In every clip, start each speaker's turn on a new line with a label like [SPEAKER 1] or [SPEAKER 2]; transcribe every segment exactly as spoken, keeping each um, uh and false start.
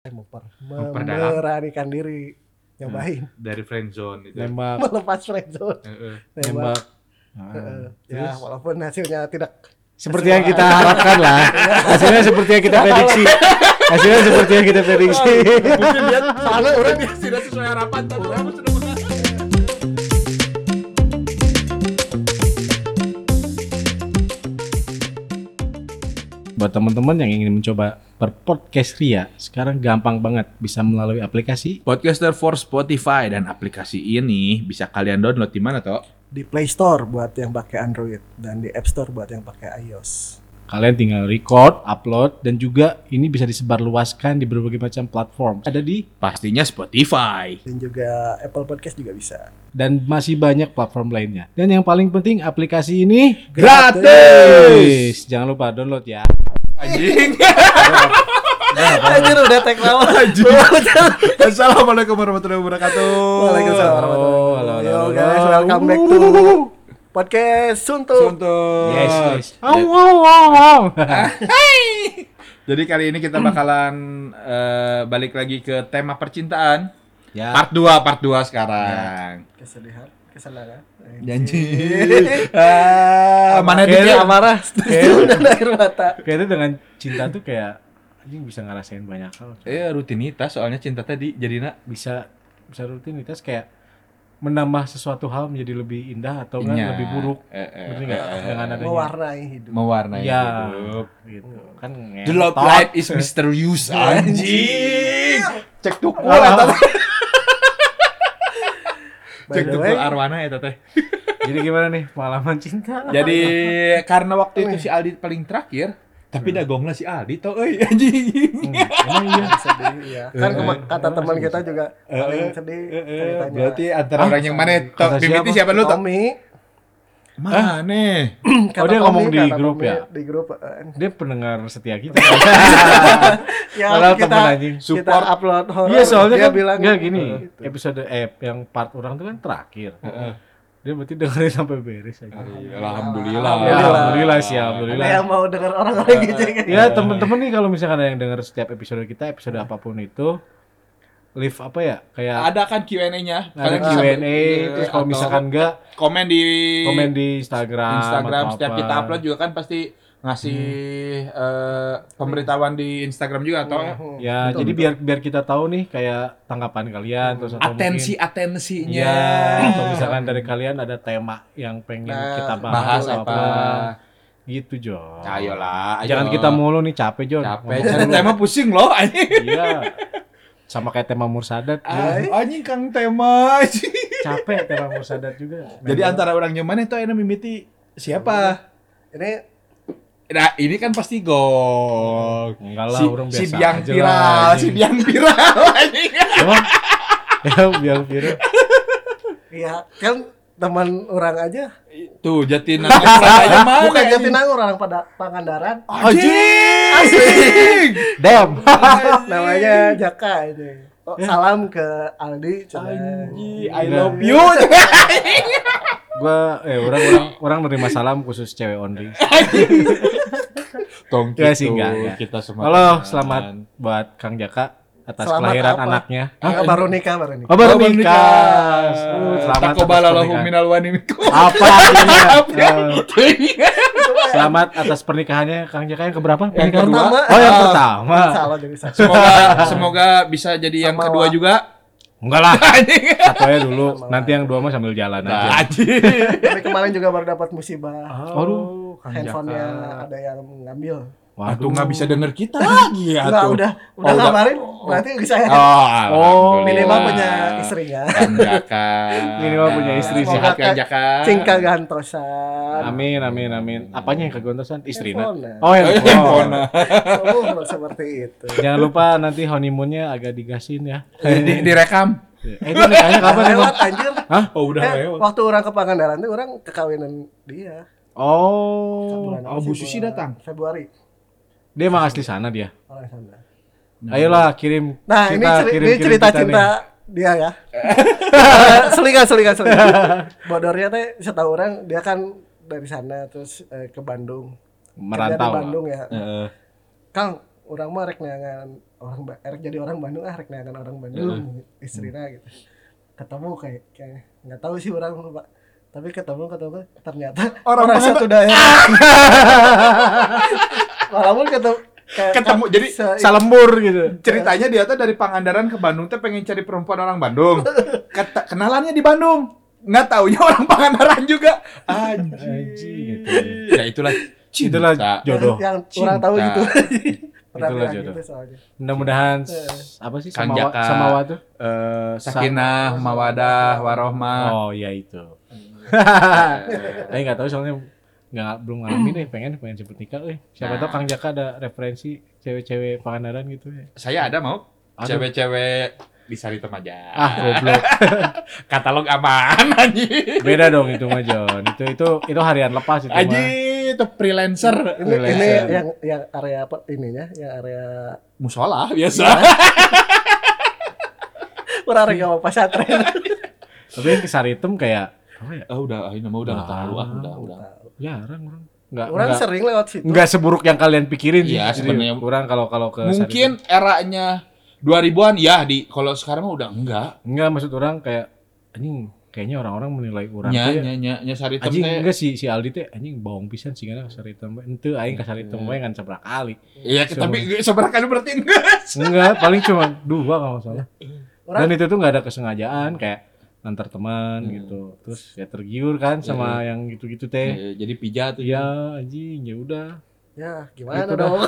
[SPEAKER 1] Memper,
[SPEAKER 2] Memperdalam.
[SPEAKER 1] memberanikan diri, nyobain
[SPEAKER 2] Dari friendzone itu.
[SPEAKER 3] Nembak,
[SPEAKER 1] melepas friendzone,
[SPEAKER 2] Heeh.
[SPEAKER 1] nembak.
[SPEAKER 3] nembak.
[SPEAKER 1] Heeh.
[SPEAKER 3] Nah,
[SPEAKER 1] Ya
[SPEAKER 3] terus
[SPEAKER 1] walaupun hasilnya tidak
[SPEAKER 3] seperti yang kita harapkan lah. Hasilnya seperti yang kita prediksi. Hasilnya seperti yang kita prediksi.
[SPEAKER 2] Mungkin lihat soalnya orang dia tidak sesuai harapan tapi orang sudah menang.
[SPEAKER 3] Buat teman-teman yang ingin mencoba berpodcast Ria, sekarang gampang banget, bisa melalui aplikasi
[SPEAKER 2] Podcaster for Spotify dan aplikasi ini bisa kalian download di mana toh?
[SPEAKER 1] di Play Store buat yang pakai Android dan di App Store buat yang pakai iOS.
[SPEAKER 3] Kalian tinggal record, upload, dan juga ini bisa disebarluaskan di berbagai macam platform. Ada di
[SPEAKER 2] Pastinya Spotify.
[SPEAKER 1] Dan juga Apple Podcast juga bisa.
[SPEAKER 3] dan masih banyak platform lainnya. Dan yang paling penting aplikasi ini
[SPEAKER 2] Gratis.
[SPEAKER 3] Jangan lupa download ya.
[SPEAKER 2] Anjing.
[SPEAKER 1] Anjir udah teknologi.
[SPEAKER 2] Assalamualaikum warahmatullahi wabarakatuh.
[SPEAKER 1] Waalaikumsalam warahmatullahi
[SPEAKER 3] Halo, halo,
[SPEAKER 1] wabarakatuh. Yo
[SPEAKER 3] halo.
[SPEAKER 1] guys, welcome back to podcast Suntuk.
[SPEAKER 2] Suntuk.
[SPEAKER 3] Yes, yes. Au, au, au, au.
[SPEAKER 2] Jadi kali ini kita bakalan eh, balik lagi ke tema percintaan.
[SPEAKER 3] Ya.
[SPEAKER 2] Part dua, part dua sekarang.
[SPEAKER 1] Kesedihan, kesenangan.
[SPEAKER 2] Janji. Ah, mana
[SPEAKER 3] Kayaknya
[SPEAKER 2] dia
[SPEAKER 1] Amarah, setuju dan air mata.
[SPEAKER 3] Kayaknya dengan cinta tuh kayak anjing bisa ngerasain banyak hal.
[SPEAKER 2] Eh rutinitas soalnya cinta tadi jadinya
[SPEAKER 3] Bisa bisa rutinitas kayak menambah sesuatu hal menjadi lebih indah atau enggak
[SPEAKER 2] Iya.
[SPEAKER 3] lebih buruk.
[SPEAKER 2] Eh, eh,
[SPEAKER 3] Ngerti
[SPEAKER 2] eh,
[SPEAKER 3] nggak?
[SPEAKER 2] eh,
[SPEAKER 3] Dengan
[SPEAKER 2] eh,
[SPEAKER 3] adanya.
[SPEAKER 1] Mewarnai hidup.
[SPEAKER 2] mewarnai
[SPEAKER 3] Iya,
[SPEAKER 2] hidup.
[SPEAKER 3] gitu. Kan
[SPEAKER 2] The love
[SPEAKER 3] ngentot.
[SPEAKER 2] life is mysterious anjing. Cek tuh
[SPEAKER 3] Ah,
[SPEAKER 2] eta teh.
[SPEAKER 1] By
[SPEAKER 2] Cek
[SPEAKER 1] the
[SPEAKER 2] tuh
[SPEAKER 1] way,
[SPEAKER 2] arwana eta teh.
[SPEAKER 3] Jadi gimana nih pengalaman cinta?
[SPEAKER 2] Jadi karena waktu itu si Aldi paling terakhir, tapi dagongnya si Aldi tau euy anjing.
[SPEAKER 3] Emang iya.
[SPEAKER 1] sedih ya. Kan kema- kata teman kita juga paling sedih
[SPEAKER 2] Eh, eh,
[SPEAKER 1] ceritanya.
[SPEAKER 2] berarti antara
[SPEAKER 3] Ah,
[SPEAKER 2] orang yang mana
[SPEAKER 3] kata
[SPEAKER 2] tau bibitnya
[SPEAKER 3] siapa?
[SPEAKER 2] siapa lu tau?
[SPEAKER 1] Tommy.
[SPEAKER 2] Mana?
[SPEAKER 1] Kata
[SPEAKER 3] Oh, dia
[SPEAKER 1] Tommy,
[SPEAKER 3] ngomong di
[SPEAKER 1] kata
[SPEAKER 3] grup
[SPEAKER 1] Tommy
[SPEAKER 3] ya?
[SPEAKER 1] Di grup. eh,
[SPEAKER 3] Dia pendengar setia kita.
[SPEAKER 1] Ya
[SPEAKER 3] Padahal
[SPEAKER 1] kita
[SPEAKER 3] temen anjing.
[SPEAKER 1] kita
[SPEAKER 2] Support.
[SPEAKER 1] upload horor.
[SPEAKER 3] Iya soalnya
[SPEAKER 1] dia
[SPEAKER 3] kan
[SPEAKER 1] bilang
[SPEAKER 3] nggak gini
[SPEAKER 1] gitu.
[SPEAKER 3] episode eh yang part orang tuh kan terakhir.
[SPEAKER 2] Heeh.
[SPEAKER 3] Dia berarti dengerin sampai beres aja.
[SPEAKER 2] Alhamdulillah.
[SPEAKER 3] Ya, alhamdulillah sih, alhamdulillah.
[SPEAKER 1] Ada yang mau dengar orang-orang gitu kan.
[SPEAKER 3] Ya temen-temen nih kalau misalkan ada yang denger setiap episode kita, episode apapun itu, leave apa ya kayak
[SPEAKER 2] Ada kan Q and A-nya.
[SPEAKER 3] ada Q and A, terus kalau misalkan enggak
[SPEAKER 2] komen di
[SPEAKER 3] komen di Instagram,
[SPEAKER 2] Instagram
[SPEAKER 3] atau
[SPEAKER 2] setiap
[SPEAKER 3] apa.
[SPEAKER 2] kita upload juga kan pasti ngasih eh, pemberitahuan di Instagram juga atau
[SPEAKER 3] Ya,
[SPEAKER 1] Betul,
[SPEAKER 3] jadi
[SPEAKER 1] betul.
[SPEAKER 3] biar biar kita tahu nih kayak tanggapan kalian terus atau
[SPEAKER 2] atensi
[SPEAKER 3] mungkin,
[SPEAKER 2] atensinya.
[SPEAKER 3] ya, atau misalkan dari kalian ada tema yang pengen
[SPEAKER 1] Nah,
[SPEAKER 3] kita bahas,
[SPEAKER 2] bahas
[SPEAKER 3] atau
[SPEAKER 2] apa?
[SPEAKER 3] Gitu, Jon.
[SPEAKER 2] Ayolah, ayo.
[SPEAKER 3] Jangan kita mulu nih capek, Jon.
[SPEAKER 2] capek.
[SPEAKER 3] Ngomong
[SPEAKER 2] Cari
[SPEAKER 3] mulu.
[SPEAKER 2] tema pusing loh anjing.
[SPEAKER 3] Iya. Sama kayak tema Mursadat.
[SPEAKER 2] Ah, Anjing Kang tema. anjing.
[SPEAKER 3] Capek tema Mursadat juga.
[SPEAKER 2] Jadi antara orang yang mana itu aya mimiti siapa?
[SPEAKER 1] Ini
[SPEAKER 2] Nah, ini kan pasti gol.
[SPEAKER 3] Enggak lah,
[SPEAKER 2] Si,
[SPEAKER 3] orang biasa
[SPEAKER 2] si biang
[SPEAKER 3] aja
[SPEAKER 2] viral,
[SPEAKER 3] lah,
[SPEAKER 2] si
[SPEAKER 3] anjing.
[SPEAKER 2] biang viral anjing.
[SPEAKER 3] Emang? Ya, biang viral.
[SPEAKER 1] ya kan teman orang aja.
[SPEAKER 2] Tuh, Jatinangor aja mana?
[SPEAKER 1] Bukan Jatinangor, orang pada Pangandaran.
[SPEAKER 2] Anjing. Anjing.
[SPEAKER 3] Damn.
[SPEAKER 1] Namanya Jaka ini. Oh, salam ke Aldi. cenah.
[SPEAKER 2] Anjing, I love you.
[SPEAKER 3] Gua eh orang orang orang nerima salam khusus cewek only.
[SPEAKER 2] Tong
[SPEAKER 3] Ya sih, enggak, enggak.
[SPEAKER 2] kita semua.
[SPEAKER 3] Halo,
[SPEAKER 2] teman.
[SPEAKER 3] selamat buat Kang Jaka atas
[SPEAKER 1] Selamat
[SPEAKER 3] kelahiran
[SPEAKER 1] apa?
[SPEAKER 3] anaknya.
[SPEAKER 1] Enggak, baru nikah, baru nikah.
[SPEAKER 3] Oh, baru
[SPEAKER 2] Oh, baru
[SPEAKER 3] nikah.
[SPEAKER 2] nikah.
[SPEAKER 3] Uh, Selamat atas
[SPEAKER 2] Takobalalahu
[SPEAKER 3] pernikahan.
[SPEAKER 2] minal wanim.
[SPEAKER 3] Apa artinya? Eh,
[SPEAKER 2] Iya.
[SPEAKER 3] Selamat atas pernikahannya Kang Jaka yang keberapa?
[SPEAKER 2] Yang
[SPEAKER 3] Pernikahan
[SPEAKER 2] kedua.
[SPEAKER 1] Pertama.
[SPEAKER 3] Oh, yang
[SPEAKER 2] Ah.
[SPEAKER 3] pertama.
[SPEAKER 1] Salah jadi salah.
[SPEAKER 2] Semoga semoga bisa jadi yang
[SPEAKER 1] Sama
[SPEAKER 2] kedua
[SPEAKER 1] wa-
[SPEAKER 2] juga.
[SPEAKER 3] Enggak lah.
[SPEAKER 2] Anjing.
[SPEAKER 3] Satu aja dulu. Nanti yang dua mah sambil jalan aja.
[SPEAKER 2] Anjing.
[SPEAKER 1] Tapi kemarin juga baru dapat musibah.
[SPEAKER 3] Aduh, Kang
[SPEAKER 1] Handphonenya
[SPEAKER 3] Jaka.
[SPEAKER 1] ada yang ngambil.
[SPEAKER 2] Waduh, nggak bisa denger kita lagi ya
[SPEAKER 1] Enggak,
[SPEAKER 2] tuh.
[SPEAKER 1] udah udah
[SPEAKER 2] Oh, udah.
[SPEAKER 1] kabarin. Berarti saya
[SPEAKER 2] Oh,
[SPEAKER 3] Oh,
[SPEAKER 2] alhamdulillah.
[SPEAKER 1] minimal punya istrinya.
[SPEAKER 2] Kang Jaka.
[SPEAKER 3] Minimal punya istri,
[SPEAKER 2] Sehat
[SPEAKER 1] semoga
[SPEAKER 2] Kang Jaka.
[SPEAKER 1] Cingka gantosan.
[SPEAKER 3] Amin, amin, amin. Apanya yang kegontosan? Istrina.
[SPEAKER 1] Handphone.
[SPEAKER 3] Oh, yang
[SPEAKER 2] Handphone.
[SPEAKER 1] Oh, seperti itu.
[SPEAKER 3] Jangan lupa nanti honeymoonnya agak digasin ya.
[SPEAKER 2] Di, direkam.
[SPEAKER 3] Eh, itu nikahnya kapan emang?
[SPEAKER 1] Lewat anjir.
[SPEAKER 3] Hah?
[SPEAKER 2] Oh, udah
[SPEAKER 1] Eh,
[SPEAKER 2] lewat.
[SPEAKER 1] waktu orang ke Pangandaran tuh orang kekawinan dia.
[SPEAKER 3] Oh,
[SPEAKER 1] Bulan apa
[SPEAKER 2] oh, Bu
[SPEAKER 1] sih?
[SPEAKER 2] Susi
[SPEAKER 1] Bulan
[SPEAKER 2] datang?
[SPEAKER 1] Februari.
[SPEAKER 3] dia emang asli sana dia.
[SPEAKER 1] Orang sana.
[SPEAKER 3] Ayolah kirim.
[SPEAKER 1] Nah, ini,
[SPEAKER 3] kita,
[SPEAKER 1] ceri-
[SPEAKER 3] kirim,
[SPEAKER 1] ini
[SPEAKER 3] kirim
[SPEAKER 1] cerita
[SPEAKER 3] kita
[SPEAKER 1] cinta
[SPEAKER 3] nih.
[SPEAKER 1] dia ya. selingan, selingan, selingan. Bodornya teh setahu orang dia kan dari sana terus eh, ke Bandung. Kerja di
[SPEAKER 3] Merantau.
[SPEAKER 1] Bandung ya.
[SPEAKER 2] Heeh.
[SPEAKER 1] Kang, orang mah rek neangan orang Ba- rek jadi orang Bandung ah rek neangan orang Bandung istrina gitu. Ketemu kayak kayak enggak tahu sih orang Pak. Tapi ketemu ketemu ternyata
[SPEAKER 2] Orang
[SPEAKER 1] orang,
[SPEAKER 2] mana,
[SPEAKER 1] satu daerah. Walaupun ketemu kayak-
[SPEAKER 2] Ketemu,
[SPEAKER 1] kan
[SPEAKER 2] jadi
[SPEAKER 1] se-
[SPEAKER 3] Salembur gitu.
[SPEAKER 2] Ceritanya dia tuh dari Pangandaran ke Bandung tuh pengen cari perempuan orang Bandung. Kata, kenalannya di Bandung. Nggak taunya orang Pangandaran juga.
[SPEAKER 3] Anjing,
[SPEAKER 2] Anjing.
[SPEAKER 3] gitu.
[SPEAKER 2] Ya itulah cinta.
[SPEAKER 3] Itulah jodoh.
[SPEAKER 1] yang orang tahu
[SPEAKER 2] Cinta.
[SPEAKER 1] gitu. Pernah
[SPEAKER 3] Itulah
[SPEAKER 1] bilang
[SPEAKER 3] jodoh.
[SPEAKER 1] gitu soalnya.
[SPEAKER 3] Mudah-mudahan
[SPEAKER 1] Eh.
[SPEAKER 3] apa sih
[SPEAKER 2] Kang
[SPEAKER 3] sama
[SPEAKER 2] Jaka.
[SPEAKER 3] sama wa tuh?
[SPEAKER 2] Eh, sakinah, mawadah, warohmah.
[SPEAKER 3] Oh iya itu. Tapi nggak tahu soalnya nggak belum ngalamin deh, pengen pengen cepet nikah. Eh siapa
[SPEAKER 2] Nah.
[SPEAKER 3] tahu Kang Jaka ada referensi cewek-cewek Pangandaran gitu ya.
[SPEAKER 2] Saya ada mau
[SPEAKER 3] Aduh.
[SPEAKER 2] cewek-cewek di Saritem aja.
[SPEAKER 3] Ah goblok.
[SPEAKER 2] Katalog aman anjing.
[SPEAKER 3] Beda dong itu mah Jon. Itu itu itu harian lepas itu mah.
[SPEAKER 2] Anjing itu freelancer.
[SPEAKER 1] Ini,
[SPEAKER 3] Freelancer.
[SPEAKER 1] ini yang yang area apa ininya, yang area
[SPEAKER 2] Musola biasa.
[SPEAKER 1] orang rek gawe pesantren.
[SPEAKER 3] Tapi yang ke Saritem kayak apa ya?
[SPEAKER 2] Oh udah, ini mah udah nggak tahu ah, udah, udah.
[SPEAKER 3] Jarang orang. Nggak
[SPEAKER 1] Orang
[SPEAKER 3] nggak,
[SPEAKER 1] sering lewat situ.
[SPEAKER 3] nggak seburuk yang kalian pikirin sih.
[SPEAKER 2] Iya,
[SPEAKER 3] Jadi,
[SPEAKER 2] sebenarnya.
[SPEAKER 3] Orang kalau kalau ke
[SPEAKER 2] Mungkin
[SPEAKER 3] Saritem.
[SPEAKER 2] eranya dua ribuan ya di kalau sekarang mah udah enggak.
[SPEAKER 3] Enggak, maksud orang kayak anjing kayaknya orang-orang menilai orang
[SPEAKER 2] Nya
[SPEAKER 3] teh
[SPEAKER 2] nya nya nya Saritem
[SPEAKER 3] anjing
[SPEAKER 2] teh.
[SPEAKER 3] enggak si si Aldi teh anjing bawang pisan sih kana Saritem we. Henteu aing ka Saritem we ngan seberapa kali.
[SPEAKER 2] Iya, tapi seberapa kali berarti enggak.
[SPEAKER 3] Enggak, paling cuma dua kalau nggak salah.
[SPEAKER 1] Orang
[SPEAKER 3] Dan itu tuh nggak ada kesengajaan kayak ngantar teman gitu. Terus ya tergiur kan sama yang gitu-gitu teh.
[SPEAKER 2] Eh, Jadi pijat tuh.
[SPEAKER 3] Iya, anjing ya udah.
[SPEAKER 1] ya gimana
[SPEAKER 3] Itu
[SPEAKER 1] dong?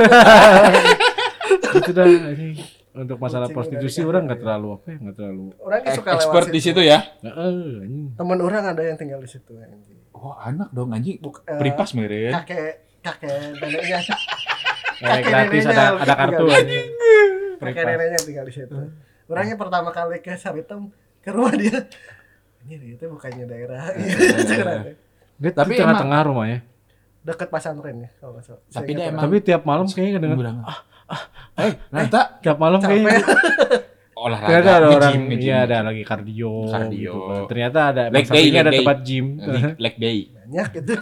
[SPEAKER 3] Gitu dah anjing. Untuk masalah
[SPEAKER 1] Kucing
[SPEAKER 3] prostitusi
[SPEAKER 1] udah
[SPEAKER 3] orang nggak
[SPEAKER 1] dikasih.
[SPEAKER 3] terlalu apa ya, nggak terlalu.
[SPEAKER 1] Orang
[SPEAKER 2] Eh,
[SPEAKER 1] suka lewat
[SPEAKER 2] expert di situ ya.
[SPEAKER 3] Heeh, anjing.
[SPEAKER 1] Temen orang ada yang tinggal di situ anjing.
[SPEAKER 2] Oh, anak dong anjing.
[SPEAKER 1] Eh,
[SPEAKER 2] Pripas meren.
[SPEAKER 1] Kakek kakek neneknya.
[SPEAKER 3] Kayak
[SPEAKER 1] Kakek
[SPEAKER 3] gratis
[SPEAKER 1] neneknya
[SPEAKER 3] ada
[SPEAKER 1] yang
[SPEAKER 3] ada kartu
[SPEAKER 1] tinggal.
[SPEAKER 3] anjing.
[SPEAKER 1] Kakek
[SPEAKER 3] Pripas.
[SPEAKER 1] neneknya tinggal di situ. Orangnya pertama kali ke Saritem ke rumah dia. Ini itu bukannya daerah.
[SPEAKER 3] Dia
[SPEAKER 2] Tapi
[SPEAKER 3] di tengah-tengah rumahnya.
[SPEAKER 1] Dekat pesantren ya kalau nggak salah.
[SPEAKER 2] Tapi
[SPEAKER 1] Saya
[SPEAKER 2] dia
[SPEAKER 1] ingat
[SPEAKER 2] emang-
[SPEAKER 3] Tapi tiap malam kayaknya kedengeran.
[SPEAKER 2] Udah enggak. Eh, nanti
[SPEAKER 3] Tiap malam
[SPEAKER 1] Capek.
[SPEAKER 3] kayaknya
[SPEAKER 2] olahraga.
[SPEAKER 3] ternyata ada
[SPEAKER 2] nge-gym,
[SPEAKER 3] orang
[SPEAKER 2] nge-gym.
[SPEAKER 3] iya ada lagi kardio,
[SPEAKER 2] Kardio.
[SPEAKER 3] gitu kan. Ternyata ada
[SPEAKER 2] Leg
[SPEAKER 3] bang
[SPEAKER 2] day,
[SPEAKER 3] sampingnya
[SPEAKER 2] leg
[SPEAKER 3] ada
[SPEAKER 2] day.
[SPEAKER 3] tempat gym.
[SPEAKER 2] Leg- leg day.
[SPEAKER 1] banyak gitu.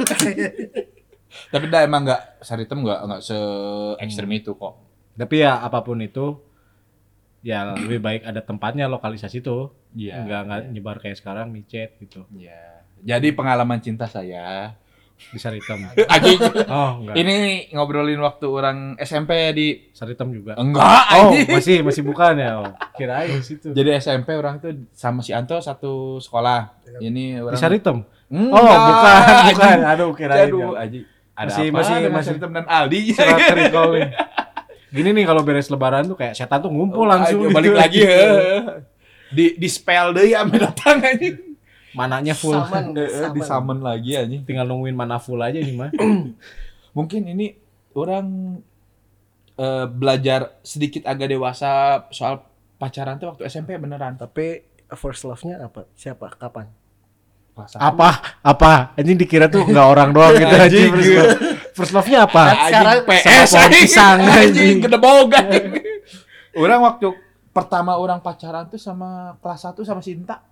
[SPEAKER 2] Tapi dah emang enggak Saritem enggak enggak se ekstrem itu kok.
[SPEAKER 3] Tapi ya apapun itu ya lebih baik ada tempatnya lokalisasi tuh.
[SPEAKER 2] Iya.
[SPEAKER 3] Enggak enggak nyebar kayak sekarang di chat gitu.
[SPEAKER 2] Iya. Jadi pengalaman cinta saya.
[SPEAKER 3] Di Saritem.
[SPEAKER 2] Anjing.
[SPEAKER 3] Oh, enggak.
[SPEAKER 2] Ini ngobrolin waktu orang S M P di
[SPEAKER 3] Saritem juga.
[SPEAKER 2] enggak
[SPEAKER 3] Oh,
[SPEAKER 2] anjing.
[SPEAKER 3] masih masih bukan ya. Oh, kirain di situ.
[SPEAKER 2] Jadi S M P orang tuh sama si Anto satu sekolah. Ini orang
[SPEAKER 3] Di Saritem.
[SPEAKER 2] Enggak,
[SPEAKER 3] Oh, bukan,
[SPEAKER 2] anjing.
[SPEAKER 3] bukan. Aduh, kirain.
[SPEAKER 2] Aduh,
[SPEAKER 3] ya.
[SPEAKER 2] anjing. Ada
[SPEAKER 3] Masih-
[SPEAKER 2] apa
[SPEAKER 3] masih-
[SPEAKER 2] dengan
[SPEAKER 3] masih-
[SPEAKER 2] Saritem dan Aldi?
[SPEAKER 3] Serat recall nih. Gini nih kalau beres lebaran tuh kayak setan tuh ngumpul langsung
[SPEAKER 2] Ayo, balik
[SPEAKER 3] gitu.
[SPEAKER 2] lagi ya. Di di spell deui ame datang anjing.
[SPEAKER 3] Mananya full.
[SPEAKER 1] Saman,
[SPEAKER 2] Eh, eh, di
[SPEAKER 1] saman.
[SPEAKER 2] summon lagi anjing.
[SPEAKER 3] Tinggal nungguin mana full aja nih mah.
[SPEAKER 2] Mungkin ini orang eh, belajar sedikit agak dewasa soal pacaran tuh waktu S M P beneran.
[SPEAKER 1] Tapi first love-nya apa? Siapa? Kapan?
[SPEAKER 2] Kelas satu.
[SPEAKER 3] Apa? Apa? Anjing dikira tuh enggak orang doang gitu
[SPEAKER 2] Anjing,
[SPEAKER 3] anjing. First
[SPEAKER 2] gitu.
[SPEAKER 3] love. First love-nya apa?
[SPEAKER 1] Kan sekarang
[SPEAKER 2] Anjing, P S
[SPEAKER 3] sama pohon
[SPEAKER 2] anjing.
[SPEAKER 3] pisang,
[SPEAKER 2] anjing
[SPEAKER 3] anjing.
[SPEAKER 2] gede boga anjing. Orang waktu pertama orang pacaran tuh sama kelas satu sama Sinta.